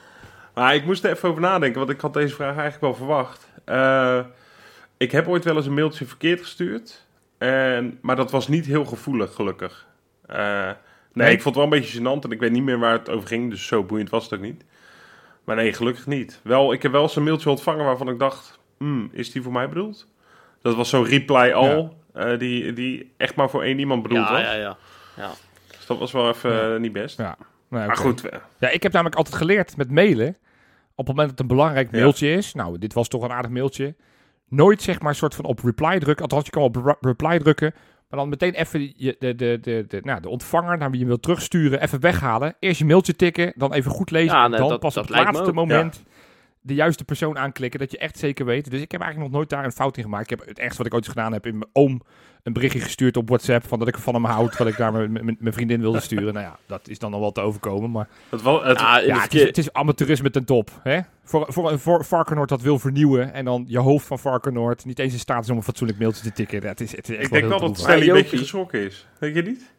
Maar ik moest er even over nadenken, want ik had deze vraag eigenlijk wel verwacht. Uh, ik heb ooit wel eens een mailtje verkeerd gestuurd. En, maar dat was niet heel gevoelig, gelukkig. Uh, nee, nee, ik vond het wel een beetje gênant en ik weet niet meer waar het over ging. Dus zo boeiend was het ook niet. Maar nee, gelukkig niet. Wel, ik heb wel eens een mailtje ontvangen waarvan ik dacht... Hmm, is die voor mij bedoeld? Dat was zo'n reply all, ja. uh, die, die echt maar voor één iemand bedoeld ja, was. Ja, ja, ja. Dus dat was wel even ja. uh, niet best. Ja. Nee, maar okay. goed. Ja, ik heb namelijk altijd geleerd met mailen. Op het moment dat het een belangrijk mailtje ja. is. Nou, dit was toch een aardig mailtje. Nooit zeg maar een soort van op reply drukken. Althans, je kan op re- reply drukken. Maar dan meteen even je, de, de, de, de, nou, de ontvanger naar wie je wilt terugsturen. Even weghalen. Eerst je mailtje tikken. Dan even goed lezen. Ja, nee, dan dat, pas dat op het laatste moment ja. de juiste persoon aanklikken. Dat je echt zeker weet. Dus ik heb eigenlijk nog nooit daar een fout in gemaakt. Ik heb het ergste wat ik ooit gedaan heb in mijn oom een berichtje gestuurd op WhatsApp van dat ik van hem houd, wat ik daar mijn vriendin wilde sturen. Nou ja, dat is dan nog wel te overkomen, maar het, wel, het, ja, ja, het, is, het is amateurisme ten top, hè? Voor, voor een voor Varkenoord dat wil vernieuwen en dan je hoofd van Varkenoord niet eens in staat is om een fatsoenlijk mailtje te tikken. Dat is, het is echt ik wel denk heel wel dat droevig. Stanley een beetje geschrokken is. Denk je niet?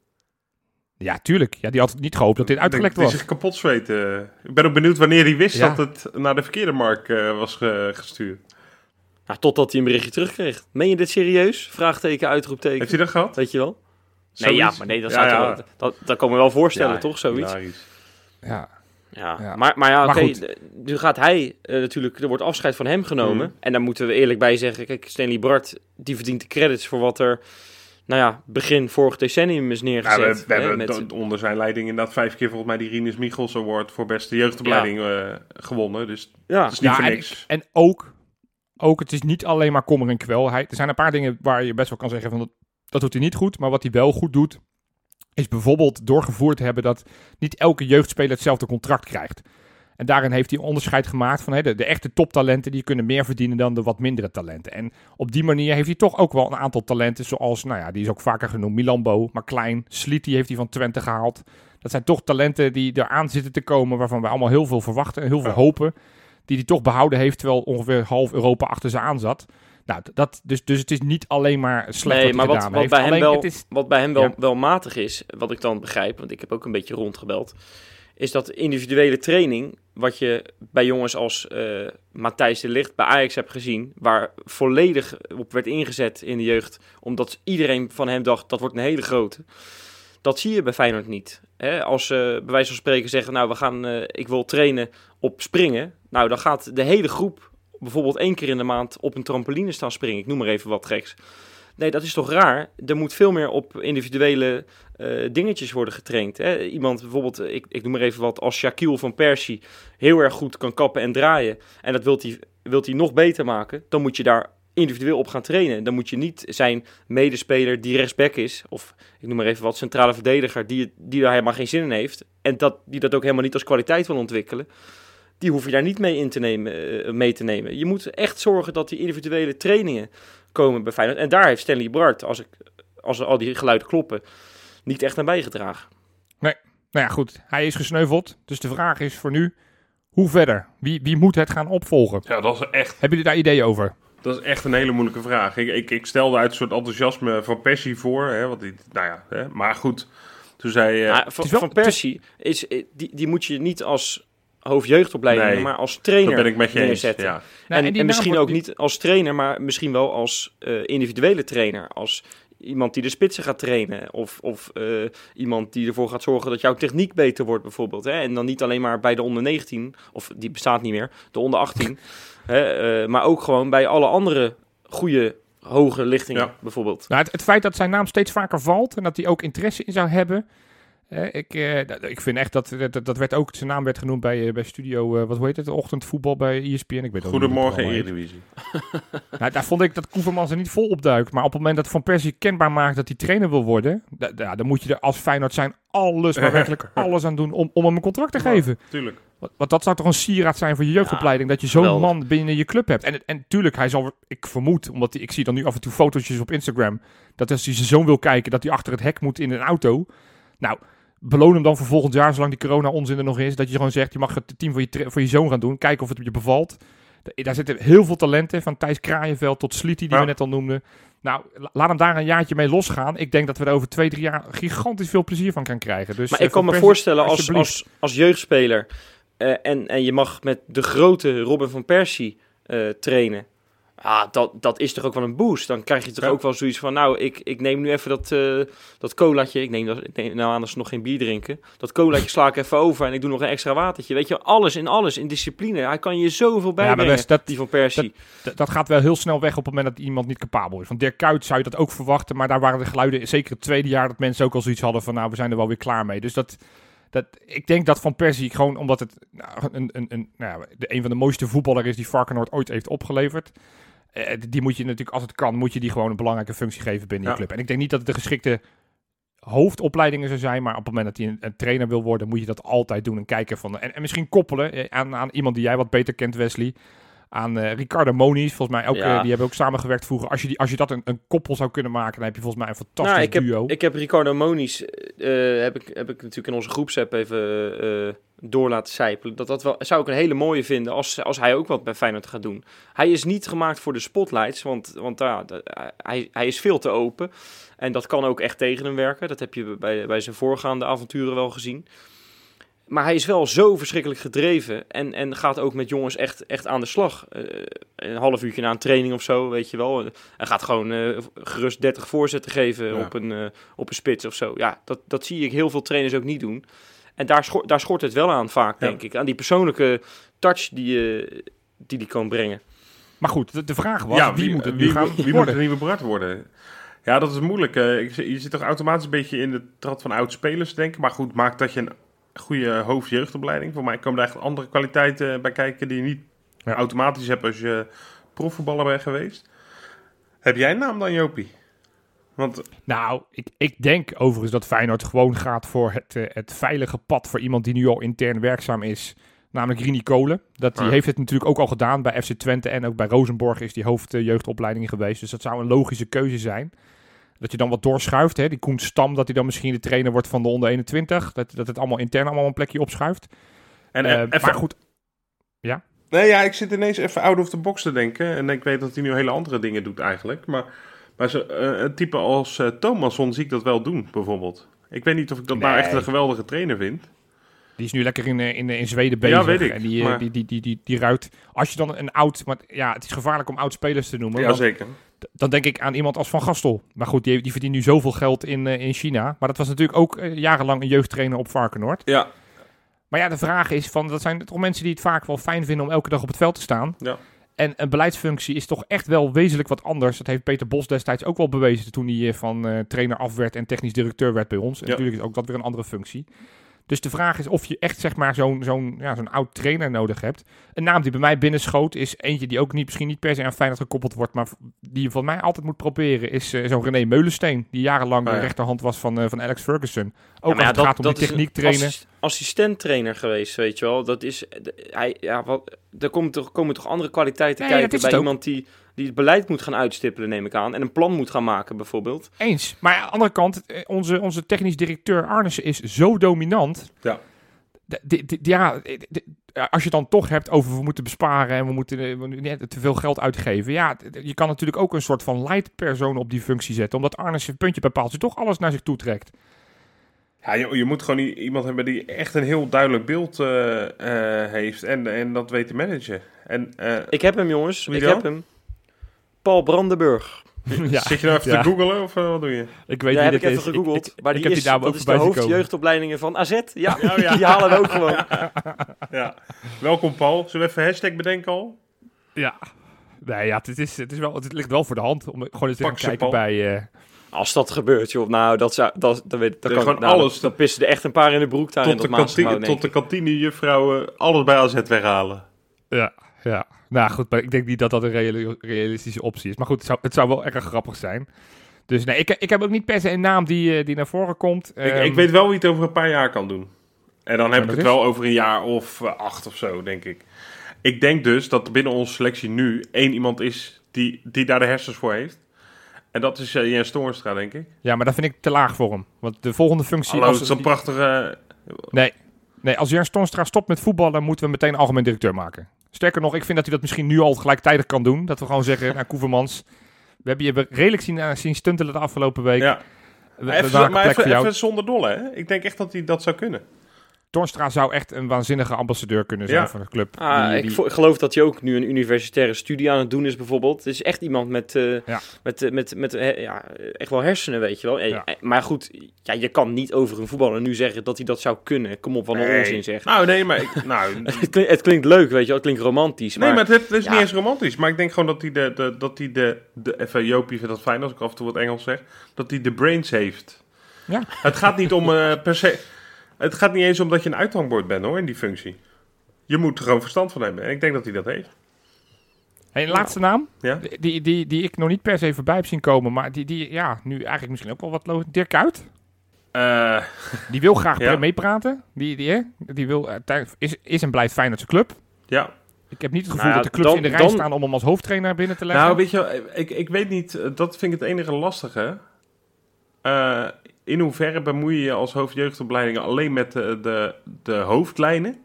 Ja, tuurlijk. Ja, die had niet gehoopt dat dit uitgelekt was. Die zich kapot zweten. Ik ben ook benieuwd wanneer hij wist ja. dat het naar de verkeerde markt uh, was ge- gestuurd. Nou, totdat hij een berichtje terugkreeg. Meen je dit serieus? Vraagteken, uitroepteken. Heeft hij dat gehad? Weet je wel? Zoiets? Nee, ja, maar nee, dat, ja, zou ja. toch, dat, dat kan me wel voorstellen, ja, toch? Zoiets. Hilarisch. Ja. Ja. ja. Maar, maar ja, oké. Okay, d- nu gaat hij uh, natuurlijk, er wordt afscheid van hem genomen. Mm. En daar moeten we eerlijk bij zeggen, kijk, Stanley Bragt, die verdient de credits voor wat er, nou ja, begin vorig decennium is neergezet. Ja, we, we hè, hebben met... do- onder zijn leiding inderdaad vijf keer volgens mij die Rinus Michels Award voor beste jeugdopleiding ja. uh, gewonnen. Dus ja. dat is niet ja, voor en, niks. En ook, ook, het is niet alleen maar kommer en kwel. Hij, er zijn een paar dingen waar je best wel kan zeggen van dat, dat doet hij niet goed. Maar wat hij wel goed doet, is bijvoorbeeld doorgevoerd hebben dat niet elke jeugdspeler hetzelfde contract krijgt. En daarin heeft hij een onderscheid gemaakt van hè, de, de echte toptalenten, die kunnen meer verdienen dan de wat mindere talenten. En op die manier heeft hij toch ook wel een aantal talenten, zoals, nou ja, die is ook vaker genoemd, Milambo, maar Klein, Sliet, die heeft hij van Twente gehaald. Dat zijn toch talenten die eraan zitten te komen, waarvan wij allemaal heel veel verwachten en heel veel ja. hopen, die hij toch behouden heeft, terwijl ongeveer half Europa achter ze aan zat. Nou, dat, dus, dus het is niet alleen maar slecht nee, wat hij maar gedaan wat, wat heeft. Bij hem alleen, wel, het is, wat bij hem wel, ja. wel matig is, wat ik dan begrijp, want ik heb ook een beetje rondgebeld, is dat individuele training, wat je bij jongens als uh, Matthijs de Ligt bij Ajax hebt gezien, waar volledig op werd ingezet in de jeugd, omdat iedereen van hem dacht, dat wordt een hele grote. Dat zie je bij Feyenoord niet. Hè? Als ze uh, bij wijze van spreken zeggen, nou, we gaan, uh, ik wil trainen op springen. Nou, dan gaat de hele groep bijvoorbeeld één keer in de maand op een trampoline staan springen. Ik noem maar even wat geks. Nee, dat is toch raar? Er moet veel meer op individuele uh, dingetjes worden getraind. Hè? Iemand bijvoorbeeld, ik, ik noem maar even wat, als Shaquille van Persie heel erg goed kan kappen en draaien. En dat wilt hij, wilt hij nog beter maken. Dan moet je daar individueel op gaan trainen. Dan moet je niet zijn medespeler die rechtsback is, of ik noem maar even wat, centrale verdediger, die, die daar helemaal geen zin in heeft. En dat, die dat ook helemaal niet als kwaliteit wil ontwikkelen. die hoef je daar niet mee, in te nemen, uh, mee te nemen. Je moet echt zorgen dat die individuele trainingen komen bij Feyenoord. En daar heeft Stanley Brard, als, ik, als al die geluiden kloppen, niet echt aan bijgedragen. Nee, nou ja goed, hij is gesneuveld. Dus de vraag is voor nu, hoe verder? Wie, wie moet het gaan opvolgen? Ja, dat is echt... Hebben jullie daar ideeën over? Dat is echt een hele moeilijke vraag. Ik, ik, ik stelde uit een soort enthousiasme van Persie voor. Hè, want die, nou ja, hè, maar goed. Toen zei... Uh, ja, van, wel, van Persie, is, die, die moet je niet als hoofdjeugdopleiding, nee, maar als trainer dat ben ik met je neerzetten. Eens, ja. Nou, en, en, en misschien ook die... niet als trainer, maar misschien wel als uh, individuele trainer. Als iemand die de spitsen gaat trainen. Of, of uh, iemand die ervoor gaat zorgen dat jouw techniek beter wordt bijvoorbeeld. Hè? En dan niet alleen maar bij de onder negentien, of die bestaat niet meer, de onder achttien. hè? Uh, maar ook gewoon bij alle andere goede hoge lichtingen ja. bijvoorbeeld. Nou, het, het feit dat zijn naam steeds vaker valt en dat hij ook interesse in zou hebben... Uh, ik, uh, ik vind echt dat, dat, dat werd ook, zijn naam werd genoemd bij, uh, bij studio, uh, wat hoe heet het, ochtendvoetbal bij E S P N. Ik weet Goedemorgen Eredivisie. nou, daar vond ik dat Koevermans er niet vol opduikt. Maar op het moment dat Van Persie kenbaar maakt dat hij trainer wil worden, da, da, dan moet je er als Feyenoord zijn alles, maar werkelijk alles aan doen om, om hem een contract te geven. Ja, tuurlijk. Want, want dat zou toch een sieraad zijn voor je jeugdopleiding, ja, dat je zo'n geweldig. man binnen je club hebt. En, en tuurlijk, hij zal, ik vermoed, omdat die, ik zie dan nu af en toe fotootjes op Instagram, dat als hij zijn zoon wil kijken, dat hij achter het hek moet in een auto. Nou... Beloon hem dan voor volgend jaar, zolang die corona-onzin er nog is. Dat je gewoon zegt, je mag het team voor je, tra- voor je zoon gaan doen. Kijken of het je bevalt. Da- daar zitten heel veel talenten. Van Thijs Kraaienveld tot Sliti, die ja. we net al noemden. Nou, la- laat hem daar een jaartje mee losgaan. Ik denk dat we er over twee, drie jaar gigantisch veel plezier van gaan krijgen. Dus, maar uh, ik kan me Persie, voorstellen als, als, als jeugdspeler... Uh, en, en je mag met de grote Robin van Persie uh, trainen... Ah, dat, dat is toch ook wel een boost. Dan krijg je toch ja. ook wel zoiets van... Nou, ik, ik neem nu even dat, uh, dat colaatje. Ik neem, dat, ik neem nou aan dat ze nog geen bier drinken. Dat colaatje sla ik even over en ik doe nog een extra watertje. Weet je, alles in alles, in discipline. Hij kan je zoveel bijbrengen, ja, best, dat, die van Persie. Dat, dat gaat wel heel snel weg op het moment dat iemand niet capabel is. Van Dirk Kuyt zou je dat ook verwachten. Maar daar waren de geluiden, zeker het tweede jaar... dat mensen ook al zoiets hadden van... Nou, we zijn er wel weer klaar mee. Dus dat... Dat, ik denk dat Van Persie gewoon omdat het nou, een, een, een, nou, een van de mooiste voetballers is... die Varkenoord ooit heeft opgeleverd... Uh, die moet je natuurlijk, als het kan, moet je die gewoon een belangrijke functie geven binnen ja. je club. En ik denk niet dat het de geschikte hoofdopleidingen zou zijn, maar op het moment dat hij een, een trainer wil worden, moet je dat altijd doen en kijken van... En, en misschien koppelen aan, aan iemand die jij wat beter kent, Wesley. Aan uh, Ricardo Moniz, volgens mij ook, ja. uh, die hebben ook samengewerkt vroeger. Als je, die, als je dat een, een koppel zou kunnen maken, dan heb je volgens mij een fantastisch nou, ik heb, duo. Ik heb Ricardo Moniz, uh, heb, ik, heb ik natuurlijk in onze groepsapp even uh, door laten sijpelen. Dat, dat wel, zou ik een hele mooie vinden als, als hij ook wat bij Feyenoord gaat doen. Hij is niet gemaakt voor de spotlights, want, want uh, hij, hij is veel te open. En dat kan ook echt tegen hem werken. Dat heb je bij, bij zijn voorgaande avonturen wel gezien. Maar hij is wel zo verschrikkelijk gedreven en, en gaat ook met jongens echt, echt aan de slag. Uh, een half uurtje na een training of zo, weet je wel. Hij gaat gewoon uh, gerust dertig voorzetten geven ja. op, een, uh, op een spits of zo. Ja, dat, dat zie ik heel veel trainers ook niet doen. En daar, schort, daar schort het wel aan vaak, ja. denk ik. Aan die persoonlijke touch die uh, die, die kan brengen. Maar goed, de, de vraag was, ja, wie, wie moet het wie, nu gaan wie, wie moet de nieuwe Brard worden? Ja, dat is moeilijk. Uh, ik, je zit toch automatisch een beetje in de trad van oud-spelers denken. Maar goed, maakt dat je een goede hoofdjeugdopleiding. Voor mij komen er echt andere kwaliteiten bij kijken die je niet ja. automatisch hebt als je profvoetballer bent geweest. Heb jij een naam dan, Jopie? Want... Nou, ik, ik denk overigens dat Feyenoord gewoon gaat voor het, uh, het veilige pad voor iemand die nu al intern werkzaam is. Namelijk Rini Kolen. Dat, die ah. heeft het natuurlijk ook al gedaan bij F C Twente en ook bij Rosenborg is die hoofdjeugdopleiding geweest. Dus dat zou een logische keuze zijn. Dat je dan wat doorschuift. Hè? Die Koen Stam, dat hij dan misschien de trainer wordt van de onder eenentwintig. Dat, dat het allemaal intern allemaal een plekje opschuift. En, uh, uh, even... Maar goed. Ja? Nee, ja, ik zit ineens even out of the box te denken. En ik weet dat hij nu hele andere dingen doet eigenlijk. Maar, maar zo, uh, een type als uh, Thomasson zie ik dat wel doen, bijvoorbeeld. Ik weet niet of ik dat nee. nou echt een geweldige trainer vind. Die is nu lekker in, in, in Zweden bezig. Ja, weet ik. En die, maar... die, die, die, die, die ruikt. Als je dan een oud... Maar ja, het is gevaarlijk om oud-spelers te noemen. Ja, dan, zeker. Dan denk ik aan iemand als Van Gastel. Maar goed, die, die verdient nu zoveel geld in, uh, in China. Maar dat was natuurlijk ook uh, jarenlang een jeugdtrainer op Varkenoord. Ja. Maar ja, de vraag is, van, dat zijn toch mensen die het vaak wel fijn vinden om elke dag op het veld te staan. Ja. En een beleidsfunctie is toch echt wel wezenlijk wat anders. Dat heeft Peter Bos destijds ook wel bewezen toen hij van uh, trainer af werd en technisch directeur werd bij ons. En ja. natuurlijk is ook dat weer een andere functie. Dus de vraag is of je echt zeg maar zo'n, zo'n, ja, zo'n oud trainer nodig hebt. Een naam die bij mij binnenschoot is eentje die ook niet, misschien niet per se aan Feyenoord gekoppeld wordt, maar die je van mij altijd moet proberen is uh, zo'n René Meulensteen, die jarenlang oh, ja. de rechterhand was van, uh, van Alex Ferguson. Ook ja, als het dat, gaat om die techniek trainen. Assist, assistent-trainer geweest, weet je wel. Dat is, hij, ja, wat, er komen toch, komen toch andere kwaliteiten ja, kijken ja, bij iemand die... die het beleid moet gaan uitstippelen, neem ik aan. En een plan moet gaan maken, bijvoorbeeld. Eens. Maar aan de andere kant, onze, onze technisch directeur Arnissen is zo dominant. Ja. De, de, de, ja, de, de, als je het dan toch hebt over we moeten besparen en we moeten uh, te veel geld uitgeven. Ja, je kan natuurlijk ook een soort van light persoon op die functie zetten. Omdat Arnissen puntje bij paaltje toch alles naar zich toe trekt. Ja, je, je moet gewoon iemand hebben die echt een heel duidelijk beeld uh, uh, heeft. En, en dat weet te managen. En, uh, ik heb hem, jongens. Ik dan? heb hem. Paul Brandenburg. Ja. Zit je nou even ja. te googlen of uh, wat doe je? Ik weet ja, niet heb ik even is. gegoogeld. Ik, ik, maar die ik is, die dat is de hoofdjeugdopleidingen van A Z. Ja, oh, ja. die halen we ook gewoon. Ja. Welkom Paul. Zullen we even hashtag bedenken al? Ja. Nee, ja, het, is, het, is wel, het ligt wel voor de hand om gewoon eens te gaan kijken Paul. bij... Uh... Als dat gebeurt, joh. Nou, dat zou... Dat, dat weet, dat kan, gewoon nou, alles. Dan pissen er echt een paar in de broek daar. Tot, de, kantine, tot de kantinejuffrouwen alles bij A Z weghalen. Ja, ja. Nou goed, maar ik denk niet dat dat een reali- realistische optie is. Maar goed, het zou, het zou wel erg grappig zijn. Dus nee, ik, ik heb ook niet per se een naam die, die naar voren komt. Ik, um, ik weet wel wie het over een paar jaar kan doen. En dan heb ik het is? wel over een jaar of uh, acht of zo, denk ik. Ik denk dus dat binnen onze selectie nu één iemand is die, die daar de hersens voor heeft. En dat is uh, Jens Toornstra, denk ik. Ja, maar dat vind ik te laag voor hem. Want de volgende functie... Hallo, als het is een die... prachtige... Nee. nee, als Jens Toornstra stopt met voetballen, moeten we meteen algemeen directeur maken. Sterker nog, ik vind dat hij dat misschien nu al gelijktijdig kan doen. Dat we gewoon zeggen, nou Koevermans, we hebben je redelijk zien, uh, zien stuntelen de afgelopen week. Ja. We, maar even, maar even, even zonder dolle, hè? Ik denk echt dat hij dat zou kunnen. Toornstra zou echt een waanzinnige ambassadeur kunnen zijn ja. van de club. Ah, die, die... Ik vo- geloof dat hij ook nu een universitaire studie aan het doen is bijvoorbeeld. Het is echt iemand met, uh, ja. met, uh, met, met uh, ja, echt wel hersenen, weet je wel. Ja. Maar goed, ja, je kan niet over een voetballer nu zeggen dat hij dat zou kunnen. Kom op, wat een nee. onzin zeg. Nou, nee, maar... Ik, nou... het, klinkt, het klinkt leuk, weet je wel. Het klinkt romantisch. Nee, maar, maar het, het is ja. niet eens romantisch. Maar ik denk gewoon dat hij de... de, dat hij de, de even Jopie vindt dat fijn als ik af en toe wat Engels zeg. Dat hij de brains heeft. Ja. Het gaat niet om uh, per se... Het gaat niet eens om dat je een uithangbord bent, hoor, in die functie. Je moet er gewoon verstand van hebben. En ik denk dat hij dat heeft. Hey, een laatste naam. Ja? Die, die, die ik nog niet per se voorbij heb zien komen. Maar die, die ja, nu eigenlijk misschien ook wel wat logisch. Dirk Kuyt. Uh, die wil graag ja. meepraten. Die, die, hè? die wil, uh, is, is en blijft Feyenoordse club. Ja. Ik heb niet het gevoel nou ja, dat de clubs dan, in de rij dan... staan om hem als hoofdtrainer binnen te leggen. Nou, weet je, ik, ik weet niet. Dat vind ik het enige lastige. Uh, in hoeverre bemoei je je als hoofdjeugdopleidingen alleen met de, de, de hoofdlijnen?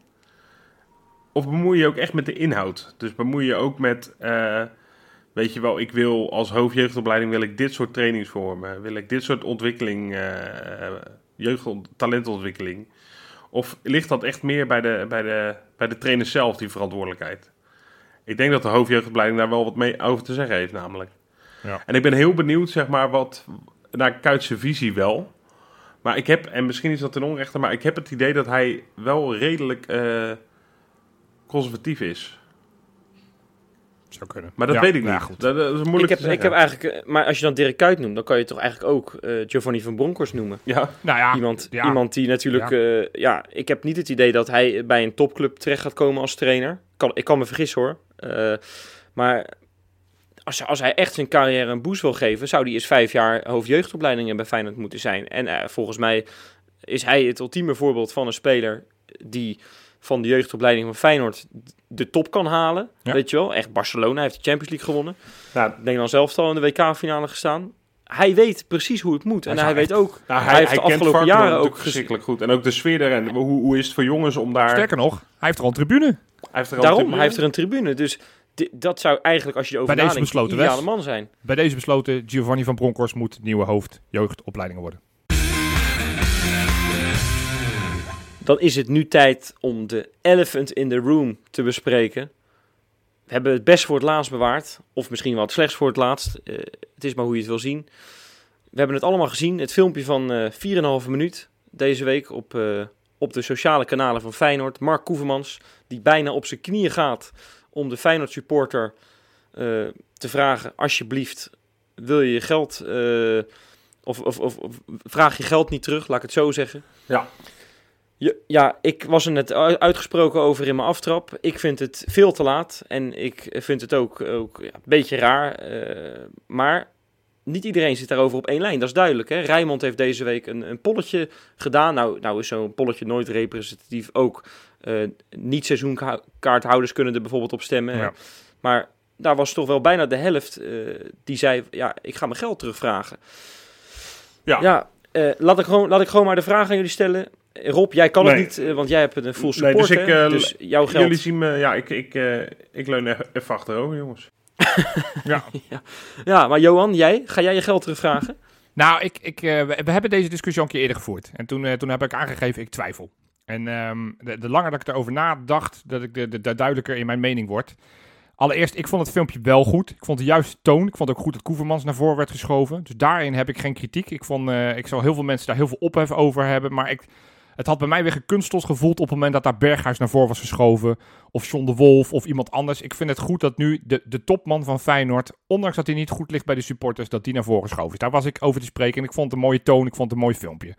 Of bemoei je je ook echt met de inhoud? Dus bemoei je ook met, uh, weet je wel, ik wil als hoofdjeugdopleiding wil ik dit soort trainingsvormen, wil ik dit soort ontwikkeling, uh, jeugd, talentontwikkeling. Of ligt dat echt meer bij de, bij de, bij de trainer zelf, die verantwoordelijkheid? Ik denk dat de hoofdjeugdopleiding daar wel wat mee over te zeggen heeft, namelijk. Ja. En ik ben heel benieuwd, zeg maar, wat... naar Kuytse visie wel. Maar ik heb, en misschien is dat ten onrechte, maar ik heb het idee dat hij wel redelijk uh, conservatief is. Zou kunnen. Maar dat ja, weet ik niet. Ja, goed. Dat, dat is moeilijk ik heb, te zeggen. Ik heb eigenlijk, maar als je dan Dirk Kuyt noemt, dan kan je toch eigenlijk ook uh, Giovanni van Bronckhorst noemen. Ja. Nou ja. Iemand, ja. iemand die natuurlijk, ja. Uh, ja, ik heb niet het idee dat hij bij een topclub terecht gaat komen als trainer. Kan, ik kan me vergissen hoor. Uh, maar als, als hij echt zijn carrière een boost wil geven, zou hij eens vijf jaar hoofdjeugdopleidingen bij Feyenoord moeten zijn. En uh, volgens mij is hij het ultieme voorbeeld van een speler die van de jeugdopleiding van Feyenoord de top kan halen. Ja. Weet je wel, echt Barcelona heeft de Champions League gewonnen. Nou, Nederland zelf al in de W K-finale gestaan. Hij weet precies hoe het moet. En hij, hij weet ook, nou, hij, hij heeft de afgelopen jaren ook verschrikkelijk goed. En ook de sfeer er en hoe, hoe is het voor jongens om daar... Sterker nog, hij heeft er al een tribune. Hij heeft er al Daarom, tribune. hij heeft er een tribune. Dus d- dat zou eigenlijk, als je erover Bij deze nadenkt, besloten de ideale Wes. man zijn. Bij deze besloten, Giovanni van Bronckhorst moet nieuwe hoofd jeugdopleidingen worden. Dan is het nu tijd om de elephant in the room te bespreken. We hebben het best voor het laatst bewaard. Of misschien wel het slechts voor het laatst. Uh, het is maar hoe je het wil zien. We hebben het allemaal gezien. Het filmpje van uh, vier komma vijf minuut deze week op, uh, op de sociale kanalen van Feyenoord. Mark Koevermans, die bijna op zijn knieën gaat om de Feyenoord supporter uh, te vragen. Alsjeblieft, wil je je geld... Uh, of, of, of, of vraag je geld niet terug, laat ik het zo zeggen. Ja. Ja, ja, ik was er net uitgesproken over in mijn aftrap. Ik vind het veel te laat en ik vind het ook, ook ja, een beetje raar. Uh, maar niet iedereen zit daarover op één lijn, dat is duidelijk. Hè? Rijnmond heeft deze week een, een polletje gedaan. Nou, nou is zo'n polletje nooit representatief. Ook uh, niet-seizoenkaarthouders kunnen er bijvoorbeeld op stemmen. Ja. Maar daar was toch wel bijna de helft uh, die zei, ja, ik ga mijn geld terugvragen. Ja, ja uh, laat, ik gewoon, laat ik gewoon maar de vraag aan jullie stellen. Rob, jij kan nee. het niet, uh, want jij hebt een full support. Nee, dus ik, uh, dus jouw geld... Jullie zien me, ja, ik, ik, uh, ik leun even achterover, jongens. ja. ja. ja, maar Johan, jij? Ga jij je geld terugvragen? Nou, ik, ik, uh, we, we hebben deze discussie al een keer eerder gevoerd. En toen, uh, toen heb ik aangegeven, ik twijfel. En um, de, de langer dat ik erover nadacht, dat ik de, de, de duidelijker in mijn mening word. Allereerst, ik vond het filmpje wel goed. Ik vond de juiste toon. Ik vond ook goed dat Koevermans naar voren werd geschoven. Dus daarin heb ik geen kritiek. Ik, vond, uh, ik zal heel veel mensen daar heel veel ophef over hebben. Maar ik, het had bij mij weer gekunsteld gevoeld op het moment dat daar Berghuis naar voren was geschoven. Of John de Wolf of iemand anders. Ik vind het goed dat nu de, de topman van Feyenoord, ondanks dat hij niet goed ligt bij de supporters, dat die naar voren geschoven is. Daar was ik over te spreken en ik vond het een mooie toon. Ik vond het een mooi filmpje.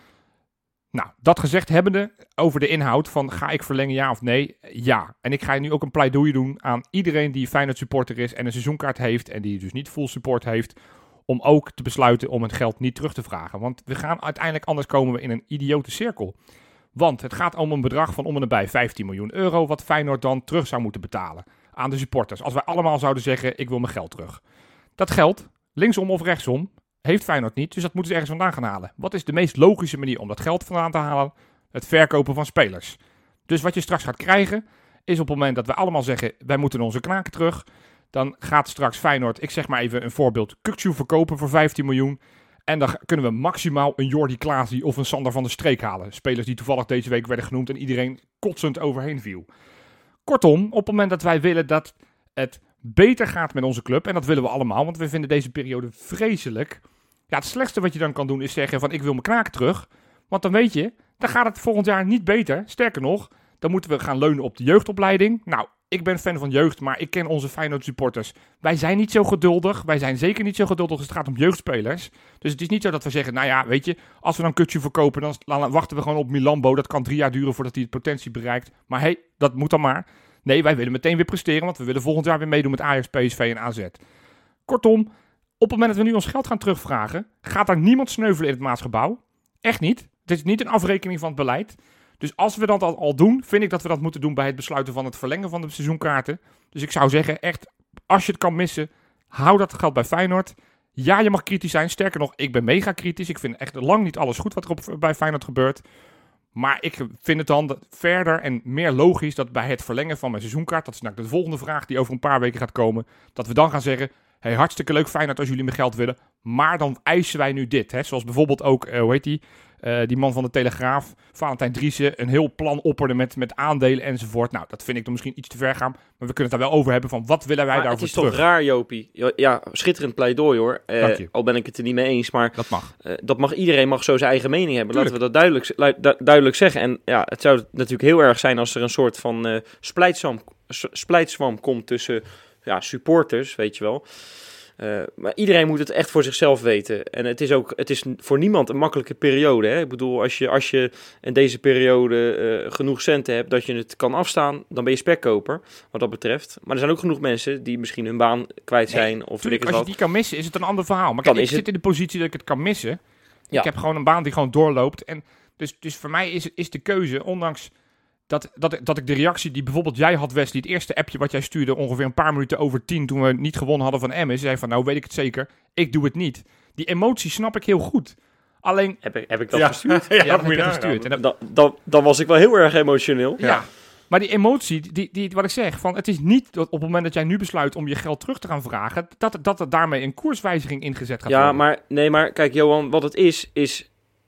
Nou, dat gezegd hebbende, over de inhoud van ga ik verlengen ja of nee? Ja. En ik ga nu ook een pleidooi doen aan iedereen die Feyenoord supporter is en een seizoenkaart heeft en die dus niet full support heeft, om ook te besluiten om het geld niet terug te vragen. Want we gaan uiteindelijk, anders komen we in een idiote cirkel. Want het gaat om een bedrag van om en nabij vijftien miljoen euro, wat Feyenoord dan terug zou moeten betalen aan de supporters. Als wij allemaal zouden zeggen, ik wil mijn geld terug. Dat geld, linksom of rechtsom, heeft Feyenoord niet, dus dat moeten ze ergens vandaan gaan halen. Wat is de meest logische manier om dat geld vandaan te halen? Het verkopen van spelers. Dus wat je straks gaat krijgen, is op het moment dat we allemaal zeggen, wij moeten onze knaken terug, dan gaat straks Feyenoord, ik zeg maar even een voorbeeld, Kukçu verkopen voor vijftien miljoen. En dan kunnen we maximaal een Jordi Klaasie of een Sander van der Streek halen. Spelers die toevallig deze week werden genoemd en iedereen kotsend overheen viel. Kortom, op het moment dat wij willen dat het beter gaat met onze club, en dat willen we allemaal, want we vinden deze periode vreselijk. Ja, het slechtste wat je dan kan doen is zeggen van ik wil mijn knaken terug. Want dan weet je, dan gaat het volgend jaar niet beter. Sterker nog, dan moeten we gaan leunen op de jeugdopleiding. Nou, ik ben fan van jeugd, maar ik ken onze Feyenoord supporters. Wij zijn niet zo geduldig. Wij zijn zeker niet zo geduldig als het gaat om jeugdspelers. Dus het is niet zo dat we zeggen, nou ja, weet je, als we dan Kukçu verkopen, dan, dan wachten we gewoon op Milambo. Dat kan drie jaar duren voordat hij het potentie bereikt. Maar hé, hey, dat moet dan maar. Nee, wij willen meteen weer presteren, want we willen volgend jaar weer meedoen met Ajax, P S V en A Z. Kortom, op het moment dat we nu ons geld gaan terugvragen, gaat daar niemand sneuvelen in het Maasgebouw. Echt niet. Het is niet een afrekening van het beleid. Dus als we dat al, al doen, vind ik dat we dat moeten doen bij het besluiten van het verlengen van de seizoenkaarten. Dus ik zou zeggen, echt, als je het kan missen, hou dat geld bij Feyenoord. Ja, je mag kritisch zijn. Sterker nog, ik ben mega kritisch. Ik vind echt lang niet alles goed wat er op, bij Feyenoord gebeurt. Maar ik vind het dan verder en meer logisch dat bij het verlengen van mijn seizoenkaart, dat is nou de volgende vraag die over een paar weken gaat komen, dat we dan gaan zeggen, hey, hartstikke leuk Feyenoord als jullie mijn geld willen, maar dan eisen wij nu dit. Hè? Zoals bijvoorbeeld ook, uh, hoe heet die, uh, die man van de Telegraaf, Valentijn Driessen, een heel plan opperde met, met aandelen enzovoort. Nou, dat vind ik dan misschien iets te ver gaan, maar we kunnen het daar wel over hebben van wat willen wij maar daarvoor terug. Het is toch raar, Jopie. Ja, schitterend pleidooi hoor. Uh, al ben ik het er niet mee eens, maar dat mag. Uh, dat mag iedereen mag zo zijn eigen mening hebben. Tuurlijk. Laten we dat duidelijk, du- duidelijk zeggen. En ja, het zou natuurlijk heel erg zijn als er een soort van uh, splijtswam, splijtswam komt tussen ja, supporters, weet je wel. Uh, maar iedereen moet het echt voor zichzelf weten. En het is ook, het is voor niemand een makkelijke periode. Hè? Ik bedoel, als je, als je in deze periode uh, genoeg centen hebt dat je het kan afstaan, dan ben je spekkoper, wat dat betreft. Maar er zijn ook genoeg mensen die misschien hun baan kwijt zijn. Nee, of tuurlijk, weet ik als wat. je die kan missen, is het een ander verhaal. Maar kijk, ik zit het... in de positie dat ik het kan missen. Ja. Ik heb gewoon een baan die gewoon doorloopt. En dus, dus voor mij is, is de keuze, ondanks Dat, dat, dat ik de reactie die bijvoorbeeld jij had, Wesley, het eerste appje wat jij stuurde ongeveer een paar minuten over tien toen we niet gewonnen hadden van Emmen, zei van nou weet ik het zeker, ik doe het niet. Die emotie snap ik heel goed. Alleen... Heb ik, heb ik dat ja. gestuurd? Ja, ja, dat heb je gestuurd. En dat... dan, dan, dan was ik wel heel erg emotioneel. Ja. ja. Maar die emotie, die, die, wat ik zeg, van het is niet dat op het moment dat jij nu besluit om je geld terug te gaan vragen, dat, dat er daarmee een koerswijziging ingezet gaat ja, worden. Ja, maar nee, maar kijk Johan, wat het is, is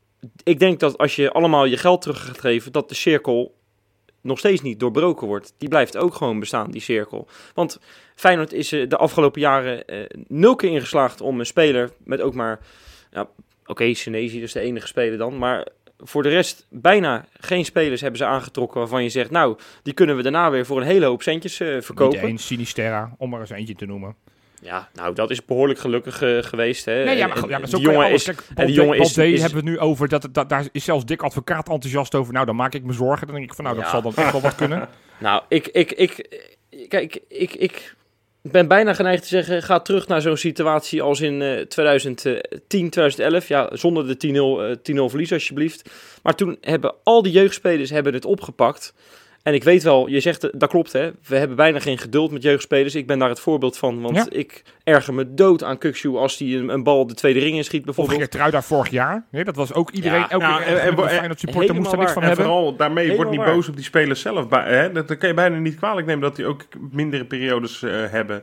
ik denk dat als je allemaal je geld terug gaat geven, dat de cirkel nog steeds niet doorbroken wordt. Die blijft ook gewoon bestaan, die cirkel. Want Feyenoord is uh, de afgelopen jaren uh, nul keer ingeslaagd om een speler met ook maar, ja, oké, okay, Senesi is de enige speler dan, maar voor de rest bijna geen spelers hebben ze aangetrokken waarvan je zegt, nou, die kunnen we daarna weer voor een hele hoop centjes uh, verkopen. Niet eens, Sinisterra, om maar eens eentje te noemen. Ja, nou, dat is behoorlijk gelukkig uh, geweest. Hè. Nee, ja, maar, en, ja, maar die jongen is... Kijk, en die jongen is, Baldé is hebben we het nu over, dat, dat, daar is zelfs Dick Advocaat enthousiast over. Nou, dan maak ik me zorgen. Dan denk ik van, nou, dat ja. zal dan echt wel wat kunnen. Nou, ik, ik, ik, kijk, ik, ik ben bijna geneigd te zeggen, ga terug naar zo'n situatie als in uh, twintig tien, twintig elf. Ja, zonder de tien nul, uh, tien nul verlies alsjeblieft. Maar toen hebben al die jeugdspelers hebben het opgepakt. En ik weet wel, je zegt, dat klopt hè, we hebben bijna geen geduld met jeugdspelers. Ik ben daar het voorbeeld van, want ja. ik erger me dood aan Kukçu als hij een, een bal de tweede ring inschiet bijvoorbeeld. Of Geertrui daar vorig jaar, nee, dat was ook iedereen, ja, elke nou, en, en, en, Feyenoord supporter moest er niks van en hebben. En vooral daarmee helemaal wordt niet waar. boos op die spelers zelf. Hè? Dat, dat kan je bijna niet kwalijk nemen dat die ook mindere periodes uh, hebben.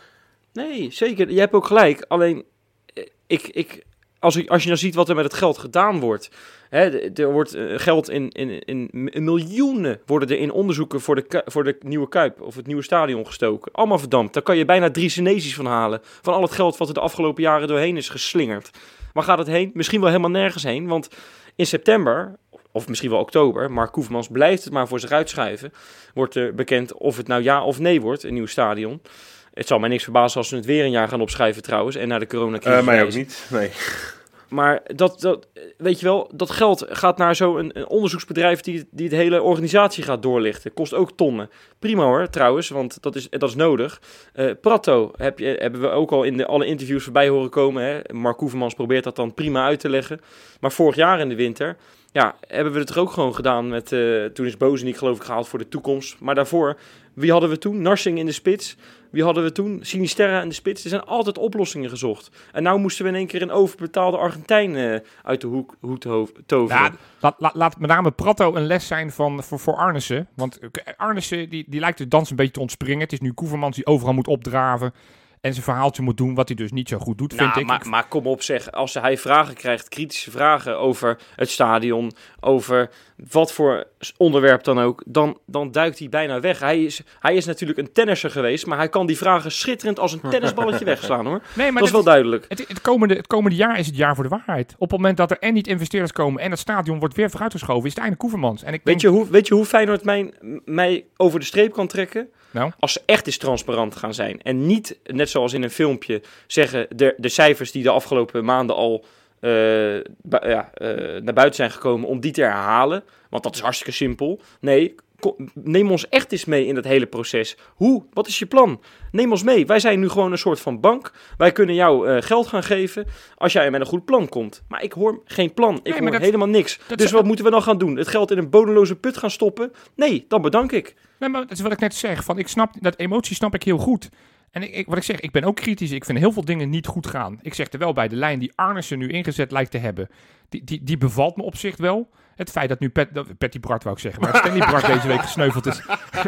Nee, zeker, je hebt ook gelijk. Alleen, ik... ik Als, ik, als je nou ziet wat er met het geld gedaan wordt. Hè, er wordt uh, geld in, in, in, in miljoenen worden er in onderzoeken voor de, voor de nieuwe Kuip of het nieuwe stadion gestoken. Allemaal verdampt. Daar kan je bijna drie Senesies van halen. Van al het geld wat er de afgelopen jaren doorheen is geslingerd. Waar gaat het heen? Misschien wel helemaal nergens heen. Want in september, of misschien wel oktober, Mark Koevermans blijft het maar voor zich uitschuiven. Wordt er bekend of het nou ja of nee wordt, een nieuw stadion. Het zal mij niks verbazen als ze het weer een jaar gaan opschrijven trouwens. En naar de coronacrisis. Uh, mij ook niet, nee. Maar dat, dat, weet je wel, dat geld gaat naar zo'n een onderzoeksbedrijf die, die de hele organisatie gaat doorlichten. Kost ook tonnen. Prima hoor, trouwens, want dat is, dat is nodig. Uh, Prato heb je, hebben we ook al in de, alle interviews voorbij horen komen. Hè? Mark Koevermans probeert dat dan prima uit te leggen. Maar vorig jaar in de winter, ja, hebben we het er ook gewoon gedaan met... Uh, toen is Bozeniek geloof ik gehaald voor de toekomst. Maar daarvoor, wie hadden we toen? Narsing in de spits. Wie hadden we toen? Sinisterra in de spits. Er zijn altijd oplossingen gezocht. En nou moesten we in één keer een overbetaalde Argentijn uh, uit de hoek, hoed toveren. Ja, laat, laat, laat met name Prato een les zijn van, voor, voor Arnissen. Want Arnissen die, die lijkt de dans een beetje te ontspringen. Het is nu Koevermans die overal moet opdraven. En zijn verhaaltje moet doen wat hij dus niet zo goed doet, nou, vind ik. Maar, maar kom op zeg, als hij vragen krijgt, kritische vragen over het stadion, over wat voor onderwerp dan ook, dan, dan duikt hij bijna weg. Hij is, hij is natuurlijk een tennisser geweest, maar hij kan die vragen schitterend als een tennisballetje wegslaan hoor. Nee, maar dat is wel duidelijk. Het, het, komende, het komende jaar is het jaar voor de waarheid. Op het moment dat er en niet investeerders komen en het stadion wordt weer vooruitgeschoven, is het einde Koevermans. En ik weet, denk... je hoe, weet je hoe Feyenoord mij, mij over de streep kan trekken? Nou? Als ze echt eens transparant gaan zijn. En niet, net zoals in een filmpje, zeggen de, de cijfers die de afgelopen maanden al uh, bu- ja, uh, naar buiten zijn gekomen, om die te herhalen. Want dat is hartstikke simpel. Nee, kom, neem ons echt eens mee in dat hele proces. Hoe? Wat is je plan? Neem ons mee. Wij zijn nu gewoon een soort van bank. Wij kunnen jou uh, geld gaan geven als jij met een goed plan komt. Maar ik hoor geen plan. Ik nee, hoor dat, helemaal niks. Dus is... wat moeten we dan gaan doen? Het geld in een bodemloze put gaan stoppen? Nee, dan bedank ik. Nee, maar dat is wat ik net zeg. Van, ik snap, dat emotie snap ik heel goed. En ik, ik, wat ik zeg, ik ben ook kritisch. Ik vind heel veel dingen niet goed gaan. Ik zeg er wel bij, de lijn die Arnissen nu ingezet lijkt te hebben, die, die, die bevalt me op zich wel. Het feit dat nu Pet, dat, Patty Bart wou ik zeggen, maar Stanley Bart deze week gesneuveld is.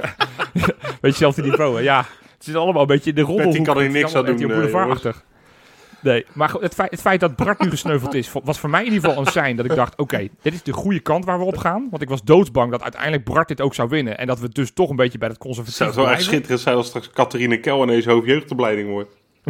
Weet je zelf die niveau, hè? Ja. Het is allemaal een beetje in de roddelhoek. Patty kan er niks aan doen. Uh, Nee, maar het feit, het feit dat Bart nu gesneuveld is, was voor mij in ieder geval een sein dat ik dacht, oké, okay, dit is de goede kant waar we op gaan. Want ik was doodsbang dat uiteindelijk Bart dit ook zou winnen. En dat we dus toch een beetje bij het conservatief Het zou wel echt schitterend zijn als straks Catharine Kel ineens hoofdjeugdopleiding wordt.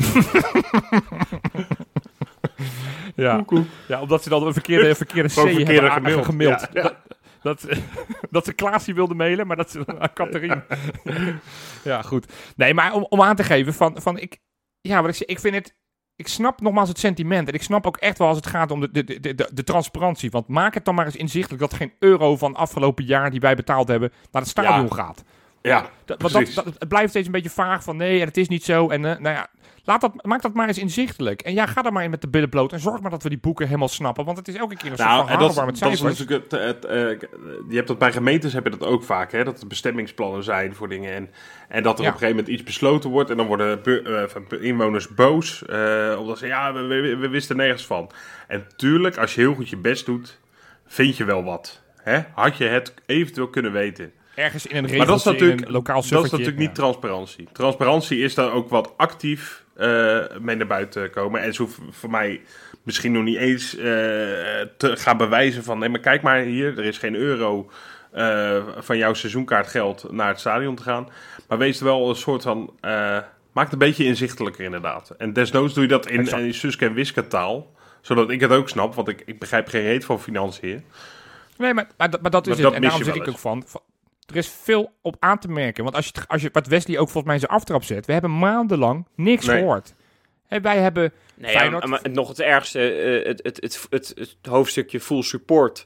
ja. ja, omdat ze dan een verkeerde, verkeerde C verkeerde hebben gemaild. gemaild. Ja, ja. Dat, dat, dat ze Klaasje wilde mailen, maar dat ze aan Catharine. ja, goed. Nee, maar om, om aan te geven van, van ik, ja, wat ik zeg, ik vind het. Ik snap nogmaals het sentiment. En ik snap ook echt wel als het gaat om de, de, de, de, de transparantie. Want maak het dan maar eens inzichtelijk dat geen euro van afgelopen jaar die wij betaald hebben naar het stadion ja. gaat. Ja, dat, want dat, dat, het blijft steeds een beetje vaag van nee, en het is niet zo. En uh, nou ja, laat dat, maak dat maar eens inzichtelijk. En ja, ga er maar in met de billen bloot. En zorg maar dat we die boeken helemaal snappen. Want het is elke keer een nou, soort van hagelbaar met cijfers. Dat is natuurlijk het, het, uh, je hebt dat bij gemeentes heb je dat ook vaak. Hè, dat er bestemmingsplannen zijn voor dingen. En, en dat er ja. op een gegeven moment iets besloten wordt. En dan worden bu- uh, inwoners boos. Uh, omdat ze, ja, we, we, we wisten nergens van. En tuurlijk, als je heel goed je best doet, vind je wel wat. Hè? Had je het eventueel kunnen weten. Ergens in een regeltje, maar dat is natuurlijk, in een lokaal dat is natuurlijk ja. niet transparantie. Transparantie is dan ook wat actief uh, mee naar buiten komen. En zo voor mij misschien nog niet eens uh, te gaan bewijzen van... nee, maar kijk maar hier, er is geen euro uh, van jouw seizoenkaartgeld naar het stadion te gaan. Maar wees er wel een soort van... Uh, maak het een beetje inzichtelijker inderdaad. En desnoods doe je dat in, in Suske en Wiske taal. Zodat ik het ook snap, want ik, ik begrijp geen reet van financiën. Nee, maar, maar, maar dat is maar het. Dat en daarom zeg ik ook van, van... Er is veel op aan te merken. Want als je, als je wat Wesley ook volgens mij in zijn aftrap zet. We hebben maandenlang niks Nee. gehoord. En wij hebben Nee, Feyenoord... maar, maar nog het ergste, uh, het, het, het, het, het hoofdstukje full support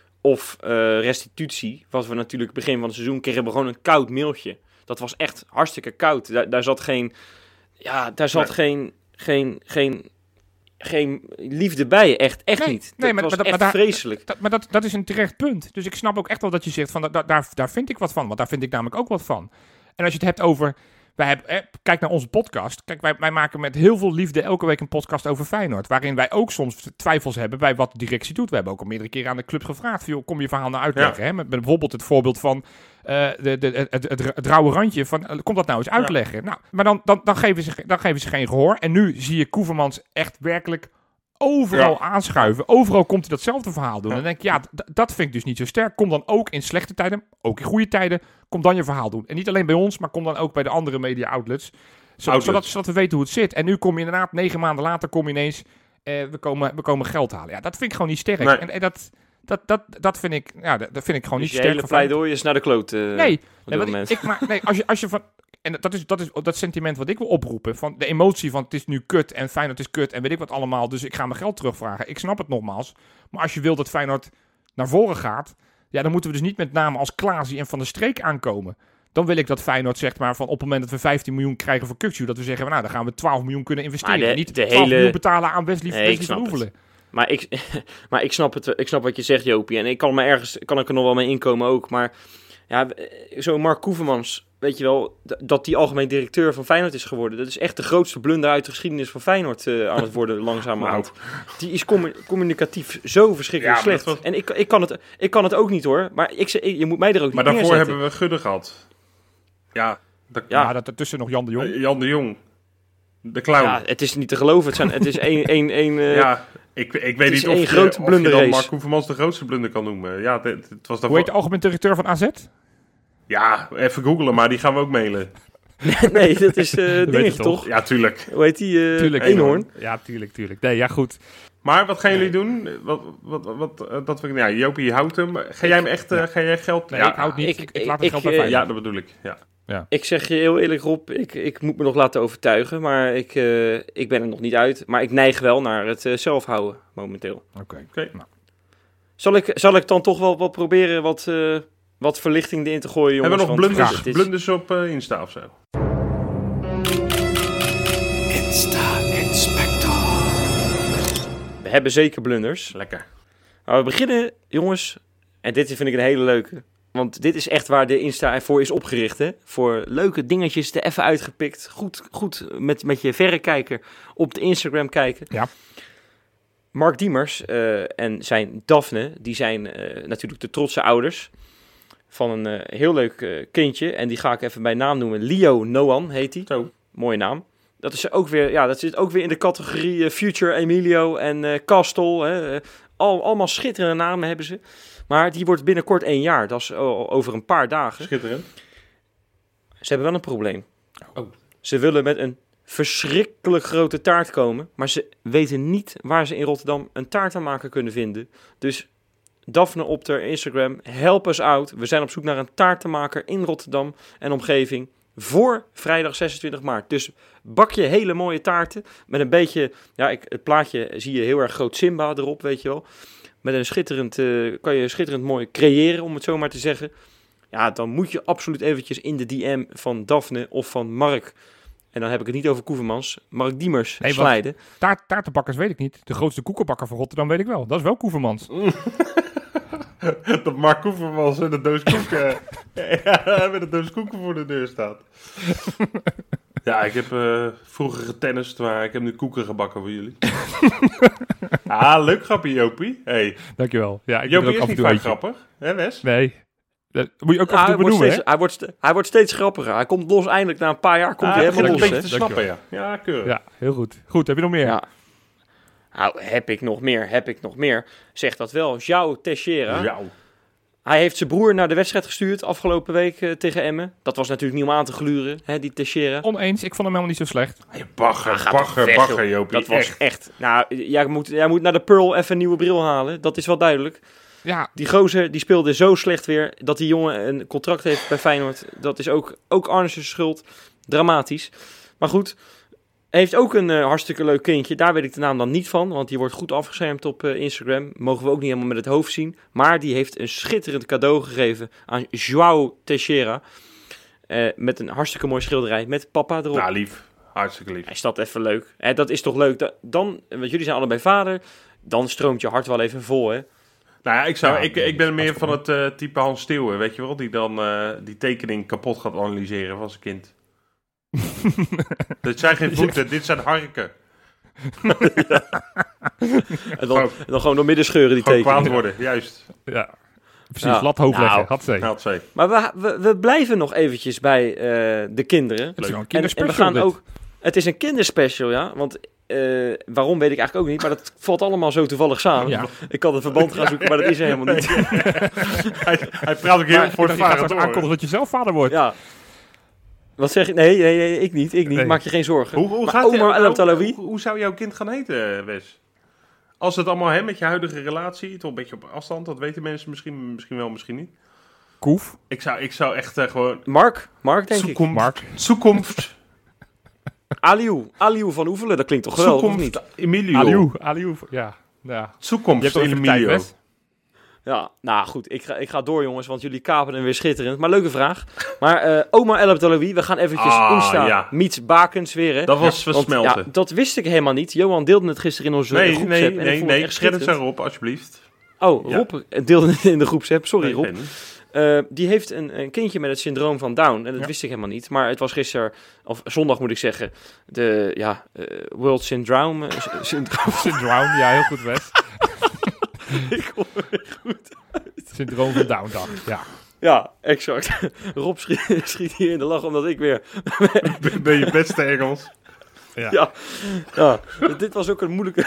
of uh, restitutie, wat we natuurlijk begin van het seizoen kregen, we gewoon een koud mailtje. Dat was echt hartstikke koud. Daar, daar zat geen, ja, daar zat Nee. geen, geen, geen, geen liefde bij. Echt, echt Nee, niet. Dat nee, maar- was maar dat- echt maar daar- vreselijk. Dat, maar dat, dat is een terecht punt. Dus ik snap ook echt wel dat je zegt, van, da, daar, daar vind ik wat van. Want daar vind ik namelijk ook wat van. En als je het hebt over... Wij hebben, eh, kijk naar onze podcast. Kijk, wij, wij maken met heel veel liefde elke week een podcast over Feyenoord. Waarin wij ook soms twijfels hebben bij wat de directie doet. We hebben ook al meerdere keren aan de club gevraagd. Van, joh, kom je verhaal nou uitleggen? Ja. Hè? Met, met bijvoorbeeld het voorbeeld van uh, de, de, het, het, het, het rauwe randje. Van, uh, kom dat nou eens uitleggen. Nou, maar dan, dan, dan, geven ze, dan geven ze geen gehoor. En nu zie je Koevermans echt werkelijk... overal Ja. aanschuiven. Overal komt hij datzelfde verhaal doen. Ja. En dan denk ik, ja, d- dat vind ik dus niet zo sterk. Kom dan ook in slechte tijden, ook in goede tijden, kom dan je verhaal doen. En niet alleen bij ons, maar kom dan ook bij de andere media outlets. Zo, Outlets. Zodat, zodat we weten hoe het zit. En nu kom je inderdaad, negen maanden later, kom je ineens, eh, we, komen, we komen geld halen. Ja, dat vind ik gewoon niet sterk. Nee. En, en dat, dat, dat, dat, vind ik, ja, dat, dat vind ik gewoon Dus niet je sterk. hele van Feyenoord. pleidooi is naar de kloot. Uh, Nee, op nee, dit want moment. ik, ik maar, nee als, je, als je van... En dat is, dat is dat sentiment wat ik wil oproepen. Van de emotie van het is nu kut en Feyenoord is kut en weet ik wat allemaal. Dus ik ga mijn geld terugvragen. Ik snap het nogmaals. Maar als je wil dat Feyenoord naar voren gaat... Ja, dan moeten we dus niet met namen als Klaasie en Van der Streek aankomen. Dan wil ik dat Feyenoord zegt maar van op het moment dat we vijftien miljoen krijgen voor Kukçu... dat we zeggen, nou dan gaan we twaalf miljoen kunnen investeren. Maar de- niet de twaalf hele- miljoen betalen aan Wesley, Nee, ik Wesley snap van het. Oevelen. Maar ik, maar ik snap het, ik snap wat je zegt, Jopie. En ik kan me ergens, kan ik er nog wel mee inkomen ook. Maar ja, zo Mark Koevermans, weet je wel, d- dat die algemeen directeur van Feyenoord is geworden. Dat is echt de grootste blunder uit de geschiedenis van Feyenoord uh, aan het worden, langzamerhand. Die is commu- communicatief zo verschrikkelijk Ja, maar slecht. dat was- En ik, ik, kan het, ik kan het ook niet hoor, maar ik, zeg- je moet mij er ook Maar niet daarvoor neerzetten. hebben we Gudde gehad. Ja, de, Ja. Ja, dat ertussen nog Jan de Jong. eh, Jan de Jong. De clown. Ja, het is niet te geloven. Het, zijn, het is één... één, één uh, Ja, ik, ik weet is niet of één je, grote of je dan blunderrace. Mark Koevermans de grootste blunder kan noemen. Ja, het, het was Hoe daarvoor... heet de algemeen directeur van A Z? Ja, even googlen, maar die gaan we ook mailen. nee, dat is uh, het dingetje toch? toch? Ja, tuurlijk. Hoe heet die? Uh, Tuurlijk. Eenhoorn. Ja, tuurlijk, tuurlijk. Nee, ja, goed. Maar wat gaan jullie doen? Wat, wat, wat, wat, uh, dat we, ja, Jopie, je houdt hem. Ga jij hem echt, uh, Ja. ga jij geld... Nee, ja, ik houd niet. ik- Ik, ik, laat het ik, geld bij eh, Feyenoord. Ja, dat bedoel ik. Ja. Ik zeg je heel eerlijk, Rob, ik, ik moet me nog laten overtuigen, maar ik, uh, ik ben er nog niet uit. Maar ik neig wel naar het uh, zelf houden, momenteel. Oké. Oké. Nou. Zal ik, zal ik dan toch wel wat proberen wat, uh, wat verlichting erin te gooien, jongens? Hebben we nog want blunders, het is- blunders op uh, Insta of zo? We hebben zeker blunders. Lekker. Maar we beginnen, jongens, en dit vind ik een hele leuke. Want dit is echt waar de Insta ervoor is opgericht, hè? Voor leuke dingetjes er even uitgepikt. Goed, goed met, met je verrekijker op de Instagram kijken. Ja. Mark Diemers uh, en zijn Daphne, die zijn uh, natuurlijk de trotse ouders van een uh, heel leuk uh, kindje. En die ga ik even bij naam noemen. Leo Noan heet hij. Zo. Mooie naam. Dat is ook weer, ja, dat zit ook weer in de categorie uh, Future Emilio en uh, Castle. Hè. Uh, al, allemaal schitterende namen hebben ze. Maar die wordt binnenkort één jaar. Dat is uh, over een paar dagen. Schitterend. Ze hebben wel een probleem. Oh. Ze willen met een verschrikkelijk grote taart komen. Maar ze weten niet waar ze in Rotterdam een taartenmaker kunnen vinden. Dus Daphne op haar Instagram, help us out. We zijn op zoek naar een taartenmaker in Rotterdam en omgeving voor vrijdag zesentwintig maart. Dus bak je hele mooie taarten met een beetje, ja, ik, het plaatje zie je heel erg groot Simba erop, weet je wel. Met een schitterend, uh, kan je schitterend mooi creëren, om het zo maar te zeggen. Ja, dan moet je absoluut eventjes in de D M van Daphne of van Mark, en dan heb ik het niet over Koevermans, Mark Diemers Nee, slijden. Taart, taartenbakkers weet ik niet. De grootste koekenbakker van Rotterdam weet ik wel. Dat is wel Koevermans. Dat Mark Koevermans met een doos koeken, ja, met een doos koeken voor de deur staat. Ja, ik heb uh, vroeger getennist, maar ik heb nu koeken gebakken voor jullie. Ah, leuk grapje, Jopie. Hey. Dankjewel. Ja, ik Jopie ben er ook is af en niet toe vaak eentje. grappig, hè Wes? Nee. Dat moet je ook Ja, af en hij, toe wordt benoemen, steeds, hij, wordt st- hij wordt steeds grappiger. Hij komt los eindelijk na een paar jaar. Komt Ah, hij ik begin helemaal een los. beetje Hè? te snappen, ja. Ja, keurig. Ja, heel goed. Goed, heb je nog meer? Ja. Nou, heb ik nog meer? Heb ik nog meer? Zeg dat wel. João Teixeira. Ja. Hij heeft zijn broer naar de wedstrijd gestuurd afgelopen week uh, tegen Emmen. Dat was natuurlijk niet om aan te gluren, hè, die Teixeira. Oneens, ik vond hem helemaal niet zo slecht. Hey, bagger, Ah, gaat toch bagger, weg, bagger, joh. Jopie. Dat was echt. echt. Nou, jij moet, jij moet naar de Pearl even een nieuwe bril halen. Dat is wel duidelijk. Ja, Die gozer die speelde zo slecht weer dat die jongen een contract heeft bij Feyenoord. Dat is ook, ook Arne's schuld. Dramatisch. Maar goed, hij heeft ook een uh, hartstikke leuk kindje. Daar weet ik de naam dan niet van, want die wordt goed afgeschermd op uh, Instagram. Mogen we ook niet helemaal met het hoofd zien. Maar die heeft een schitterend cadeau gegeven aan João Teixeira. Uh, met een hartstikke mooie schilderij met papa erop. Nou, lief. Hartstikke lief. Is dat even leuk? Hè, dat is toch leuk? Da- dan, want jullie zijn allebei vader, dan stroomt je hart wel even vol, hè? Nou ja, ik, zou, Ja, ik, nee, ik ben dat meer is van het uh, type Hans Steeuwen, weet je wel? Die dan uh, die tekening kapot gaat analyseren van zijn kind. Dit zijn geen voeten, dit zijn harken. En dan, en dan gewoon door midden scheuren die Gewoon tekening. kwaad worden, juist. ja. Precies, Ja. lat hoofd leggen. Nou. Hatzee. Nou, het zei. Maar we, we, we blijven nog eventjes bij uh, de kinderen. Het is wel een En, en kinderspecial we gaan dit. ook... Het is een kinderspecial, ja. Want uh, waarom weet ik eigenlijk ook niet. Maar dat valt allemaal zo toevallig samen. Ja. Ik kan een verband gaan zoeken, maar dat is er helemaal niet. hij, hij praat ook heel Maar voor Ik het dacht, je gaat varen straks door. aankondigen dat je zelf vader wordt. Ja. Wat zeg je? Nee, nee, nee, ik niet. Ik niet. Nee. Maak je geen zorgen. Hoe, hoe, Maar gaat Omar hij- El hoe, Talawi? hoe, hoe zou jouw kind gaan heten, Wes? Als het allemaal hè, met je huidige relatie, toch een beetje op afstand, dat weten mensen misschien, misschien wel, misschien niet. Koef, Ik zou, ik zou echt uh, gewoon... Mark? Mark, denk ik. Toekomst. Mark. Toekomst. Aliou. Aliou van Oevelen. Dat klinkt toch geweldig, of niet? Toekomst Emilio. Aliou, Aliou. Ja, ja. Je Toekomst hebt toch even tijd, Emilio. Wes? Ja, nou goed. Ik ga, ik ga door, jongens, want jullie kapen hem weer schitterend. Maar leuke vraag. Maar uh, Omar El Talawi, we gaan eventjes Ah, Insta ja. meets Bakens weer, hè? Dat was Want, versmelten. ja, dat wist ik helemaal niet. Johan deelde het gisteren in onze nee, groepsapp. nee, en ik nee, vond nee. het echt Credits schitterend. erop, alsjeblieft. Oh, Ja. Rob deelde het in de groepsapp. Sorry, Nee, Rob. geen. Uh, die heeft een, een kindje met het syndroom van Down. En dat Ja. wist ik helemaal niet. Maar het was gisteren, of zondag moet ik zeggen, de ja, uh, World Syndrome. Uh, syndroom. Syndroom, ja, heel goed, Wes. ik kom er goed. Syndroom van Down dag, ja. Ja, exact. Rob schiet, schiet hier in de lach omdat ik weer... Ben je beste Engels? Ja. Ja, ja, dit was ook een moeilijke...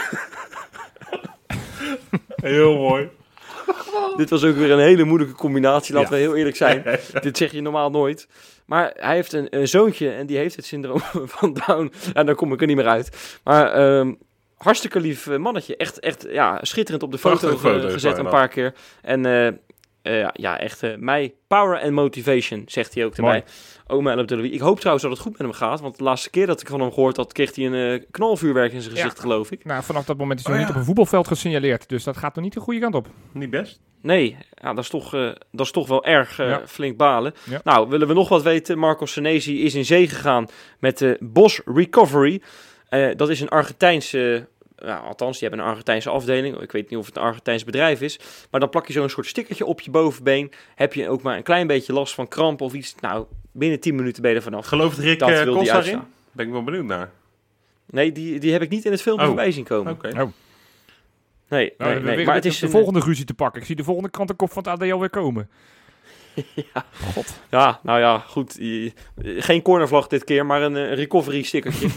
Heel mooi. Dit was ook weer een hele moeilijke combinatie, laten Ja. we heel eerlijk zijn. Dit zeg je normaal nooit. Maar hij heeft een, een zoontje en die heeft het syndroom van Down. En daar kom ik er niet meer uit. Maar um, hartstikke lief uh, mannetje. Echt, echt ja, schitterend op de foto, Prachtige foto, ge- is gezet waar, een dat. paar keer. En uh, uh, ja, echt uh, mij power and motivation, zegt hij ook erbij. Mooi. Oma El Abdellaoui. Ik hoop trouwens dat het goed met hem gaat. Want de laatste keer dat ik van hem gehoord had, kreeg hij een uh, knalvuurwerk in zijn gezicht, Ja. geloof ik. Nou, vanaf dat moment is hij Oh, nog ja. niet op een voetbalveld gesignaleerd. Dus dat gaat nog niet de goede kant op. Niet best. Nee, ja, dat, is toch, uh, dat is toch wel erg uh, Ja. flink balen. Ja. Nou, willen we nog wat weten? Marco Senesi is in zee gegaan met de Bosch Recovery. Uh, dat is een Argentijnse, ja, althans, die hebben een Argentijnse afdeling. Ik weet niet of het een Argentijns bedrijf is. Maar dan plak je zo'n soort stickertje op je bovenbeen. Heb je ook maar een klein beetje last van kramp of iets. Nou, binnen tien minuten ben je er vanaf. Gelooft Rick Dat uh, wil Kos die daarin? uitstaan. Ben ik wel benieuwd naar. Nee, die, die heb ik niet in het filmpje Oh. voorbij zien komen. Oké. Oh. Nee, Nou, nee, we nee. hebben weer Maar de, het is de een, volgende ruzie te pakken. Ik zie de volgende krantenkop van het A D alweer komen. Ja. God. Ja, nou ja, goed. I- Geen cornervlag dit keer, maar een, eh, recovery stickertje.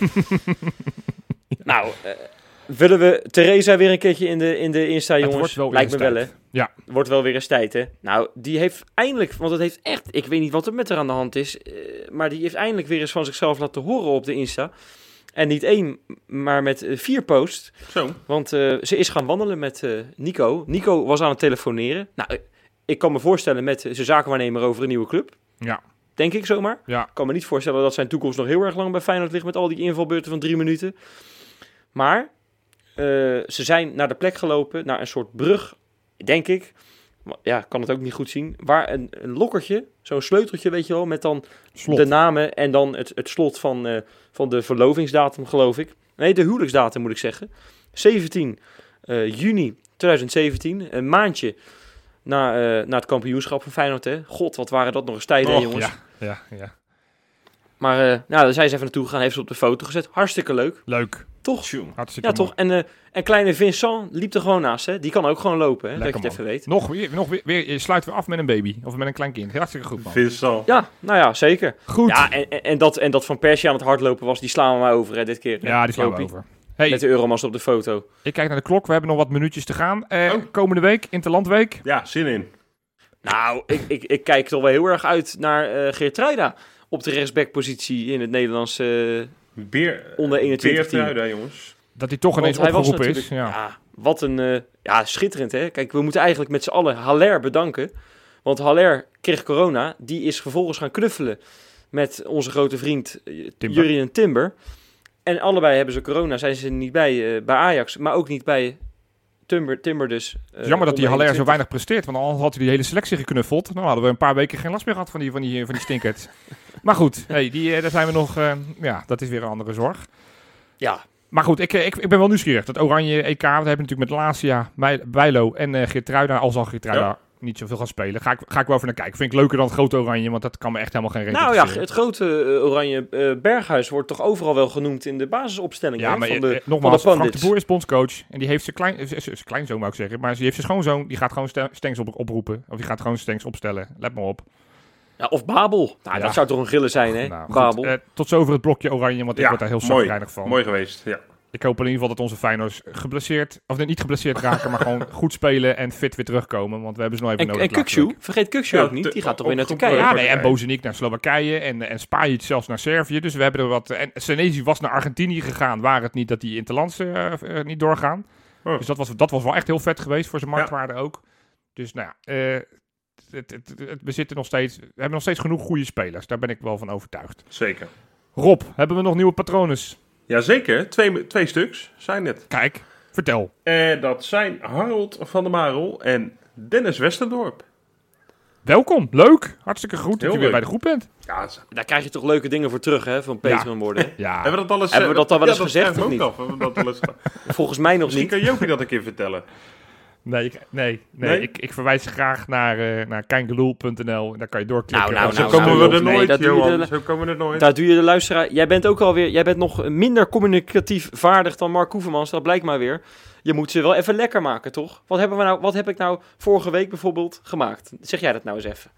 Nou, eh, willen we Theresa weer een keertje in de, in de Insta, Het jongens? wordt wel weer Lijkt me eens wel, hè? tijd. Ja. Wordt wel weer eens tijd, hè? Nou, die heeft eindelijk, want het heeft echt, ik weet niet wat er met haar aan de hand is, eh, maar die heeft eindelijk weer eens van zichzelf laten horen op de Insta. En niet één, maar met eh, vier posts. Zo. Want eh, ze is gaan wandelen met eh, Nico. Nico was aan het telefoneren. Nou, eh, ik kan me voorstellen met uh, zijn zakenwaarnemer over een nieuwe club. Ja. Denk ik zomaar. Ja. Ik kan me niet voorstellen dat zijn toekomst nog heel erg lang bij Feyenoord ligt met al die invalbeurten van drie minuten. Maar uh, ze zijn naar de plek gelopen, naar een soort brug, denk ik. Ja, kan het ook niet goed zien. Waar een, een lokkertje, zo'n sleuteltje, weet je wel, met dan Slot. de namen en dan het, het slot van, uh, van de verlovingsdatum, geloof ik. Nee, de huwelijksdatum moet ik zeggen. zeventien juni tweeduizend zeventien, een maandje na, uh, na het kampioenschap van Feyenoord, hè. God, wat waren dat nog eens tijden, Och, jongens. Ja, ja, ja. Maar uh, nou, daar zijn ze even naartoe gegaan, heeft ze op de foto gezet. Hartstikke leuk, Leuk. toch? Tjoe. Hartstikke Ja, mooi. toch? En, uh, en kleine Vincent liep er gewoon naast, hè. Die kan ook gewoon lopen, hè, Lekker, dat je het man. even weet. Nog weer, nog weer, weer, je sluit weer af met een baby. Of met een klein kind. Hartstikke goed, man. Vincent. Ja, nou ja, zeker. Goed. Ja, en, en, en, dat, en dat Van Persie aan het hardlopen was, die slaan we maar over, hè, dit keer. Ja, die slaan we Jopie. over. Hey, Met de Euromast op de foto. ik kijk naar de klok. We hebben nog wat minuutjes te gaan. Uh, Oh. Komende week, Interlandweek. Ja, zin in. Nou, ik, ik, ik kijk toch wel heel erg uit naar uh, Geertruida op de rechtsbackpositie in het Nederlandse uh, Beer, onder eenentwintig team. Beertruida, jongens. Dat hij toch Want ineens hij was opgeroepen is. natuurlijk- Ja. Ja, wat een... Uh, Ja, schitterend hè. Kijk, we moeten eigenlijk met z'n allen Haller bedanken. Want Haller kreeg corona. Die is vervolgens gaan knuffelen met onze grote vriend Timber. Jurrien Timber. En allebei hebben ze corona. Zijn ze niet bij, uh, bij Ajax, maar ook niet bij Timber, Timber dus. Uh, Het is jammer dat die Haller zo eenentwintig. weinig presteert. Want anders had hij die hele selectie geknuffeld. Nou hadden we een paar weken geen last meer gehad van die, van die, van die stinkers. Maar goed, hey, die, uh, daar zijn we nog... Uh, ja, dat is weer een andere zorg. Ja. Maar goed, ik, ik, ik ben wel nieuwsgierig. Dat Oranje E K, dat hebben we natuurlijk met Lazia, Bijlo en uh, Geertruida. Al zal Geertruida Ja. niet zoveel gaan spelen. Ga ik, ga ik wel even naar kijken. Vind ik leuker dan het grote Oranje, want dat kan me echt helemaal geen reden Nou ja, interesseren. het grote uh, Oranje uh, Berghuis wordt toch overal wel genoemd in de basisopstelling Ja, hè, maar van je- de, eh, nogmaals, van de Frank de Pandits. Boer is bondscoach. En die heeft zijn klein, z- z- zijn kleinzoon, wou ik zeggen. Maar die heeft zijn schoonzoon, die gaat gewoon Ste- Stengs op, oproepen. Of die gaat gewoon Stengs opstellen. Let maar op. Ja, of Babel. Nou, Ja. dat zou toch een gille zijn, hè? Nou, goed, Babel. eh, tot zover het blokje Oranje, want ik Ja, word daar heel mooi. zagrijnig van. Mooi geweest, ja. Ik hoop in ieder geval dat onze Feyenoords geblesseerd, of nee, niet geblesseerd raken, maar gewoon goed spelen en fit weer terugkomen. Want we hebben ze nog even en nodig. en Kukçu, vergeet Kukçu Ja, ook niet. te- Die gaat toch ook weer naar goed Turkije. Ja, voor- nee, en Turkije. Bozeniek naar Slowakije en, en Spajic zelfs naar Servië. Dus we hebben er wat... En Senesi was naar Argentinië gegaan, waar het niet dat die interlands uh, uh, niet doorgaan. Oh. Dus dat was, dat was wel echt heel vet geweest voor zijn marktwaarde ook. Dus nou ja, uh, het, het, het, we zitten nog steeds... We hebben nog steeds genoeg goede spelers. Daar ben ik wel van overtuigd. Zeker. Rob, hebben we nog nieuwe patronen? Jazeker, twee, twee stuks zijn het. Kijk, vertel. En dat zijn Harold van der Marel en Dennis Westendorp. Welkom, leuk. Hartstikke goed dat Heel je weer leuk. bij de groep bent. Ja, ze- Daar krijg je toch leuke dingen voor terug, hè? Van Patreon worden. Ja, hebben we dat al eens, Hebben we dat al wel eens gezegd, vraag ik me of ook af. Hebben we dat al eens gedaan? Volgens mij nog Misschien niet. kan Jopie dat een keer vertellen. nee, ik, nee, nee, Nee? Ik, ik verwijs graag naar, uh, naar keingeloel punt n l. Daar kan je doorklikken. Nou, nou, Zo nou, komen nou, we er nee, nooit, dat doe je Johan. de- Zo komen we er nooit. Daar doe je de luisteraar. Jij bent ook alweer. Jij bent nog minder communicatief vaardig dan Mark Koevermans. Dat blijkt maar weer. Je moet ze wel even lekker maken, toch? Wat hebben we nou? Wat heb ik nou vorige week bijvoorbeeld gemaakt? Zeg jij dat nou eens even?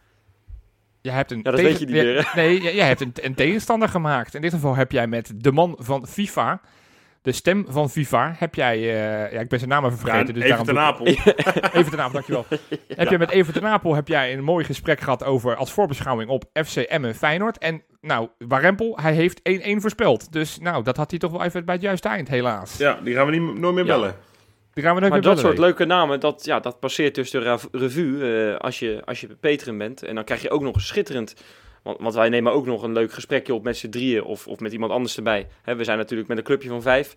Je hebt een Ja, dat tegen- weet je niet ja, meer, Nee, jij, jij hebt een, een tegenstander gemaakt. In dit geval heb jij met de man van FIFA, de stem van FIFA, heb jij... Uh, ja, ik ben zijn naam even vergeten. Ja, dus even ten daarom Apel. Even ten Apel, dankjewel. Heb je met Even ten Apel heb jij een mooi gesprek gehad over als voorbeschouwing op F C Emmen Feyenoord. En nou, Warempel, hij heeft één-één voorspeld. Dus nou, dat had hij toch wel even bij het juiste eind, helaas. Ja, die gaan we niet, nooit meer Ja. bellen. Die gaan we nooit Maar meer dat soort bellen, leuke namen, dat, ja, dat passeert dus de rav- revue eh, als, je, als je Patreon bent. En dan krijg je ook nog een schitterend... Want, want wij nemen ook nog een leuk gesprekje op met z'n drieën of, of met iemand anders erbij. Hè, we zijn natuurlijk met een clubje van vijf.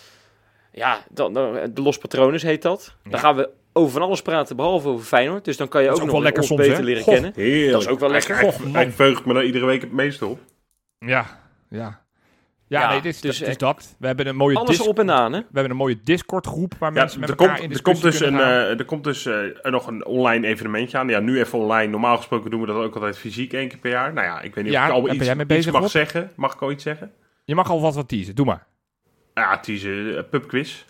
Ja, dan, dan, de Los Patrones heet dat. Dan Ja. gaan we over van alles praten, behalve over Feyenoord. Dus dan kan je Dat ook, is nog ook wel lekker ons soms, beter hè? leren Goh. kennen. Heerlijk. Dat is ook wel lekker. Eigenlijk, Goh, man. eigenlijk verheug ik me daar iedere week het meest op. Ja, ja. Ja, Ja, nee, dit is, dus dat, is echt dat. We hebben een mooie Alles dis- erop en aan, hè? We hebben een mooie Discord groep waar Ja, mensen met er elkaar komt, in er komt discussie dus, een, kunnen gaan. eh, er komt dus eh, nog een online evenementje aan. Ja, nu even online. Normaal gesproken doen we dat ook altijd fysiek één keer per jaar. Nou ja, ik weet niet Ja, of ik al daar ben iets, jij mee iets bezig, mag Rob? zeggen. Mag ik al iets zeggen? Je mag alvast wat teasen, doe maar. Ja, teaser, uh, pubquiz.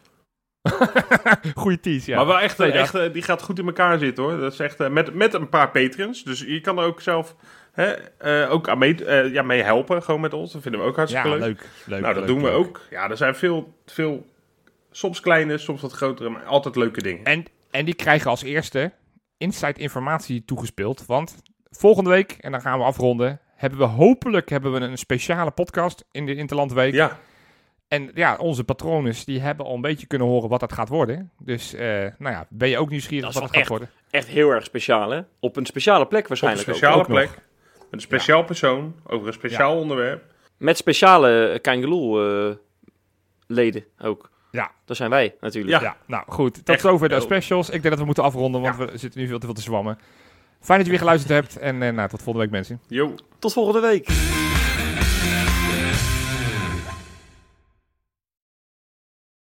Goeie tease, ja. Maar wel echt, Nee, echt eh, die gaat goed in elkaar zitten hoor. Dat is echt eh, met, met een paar patrons. Dus je kan er ook zelf hè, eh, ook aan mee, eh, ja, mee helpen. Gewoon met ons. Dat vinden we ook ja, hartstikke leuk. leuk. leuk. Nou, dat leuk, doen we leuk. ook. Ja, er zijn veel, veel, soms kleine, soms wat grotere, maar altijd leuke dingen. En, en die krijgen als eerste inside informatie toegespeeld. Want volgende week, en dan gaan we afronden, hebben we hopelijk hebben we een speciale podcast in de Interlandweek. Ja, En ja, onze patronen die hebben al een beetje kunnen horen wat dat gaat worden. Dus eh, nou ja, ben je ook nieuwsgierig Dat wat is het gaat wel worden? Echt heel erg speciaal, hè? Op een speciale plek op een waarschijnlijk speciale ook. ook nog. plek. Met een speciaal persoon, over een speciaal onderwerp. Met speciale Kangeloel eh leden ook. Ja. Dat zijn wij natuurlijk. Ja. Ja, nou goed. Tot Echt zover de heel- specials. Ik denk dat we moeten afronden, want Ja. we zitten nu veel te veel te zwammen. Fijn dat je weer geluisterd hebt. En eh, nou, tot volgende week, mensen. Yo. Tot volgende week.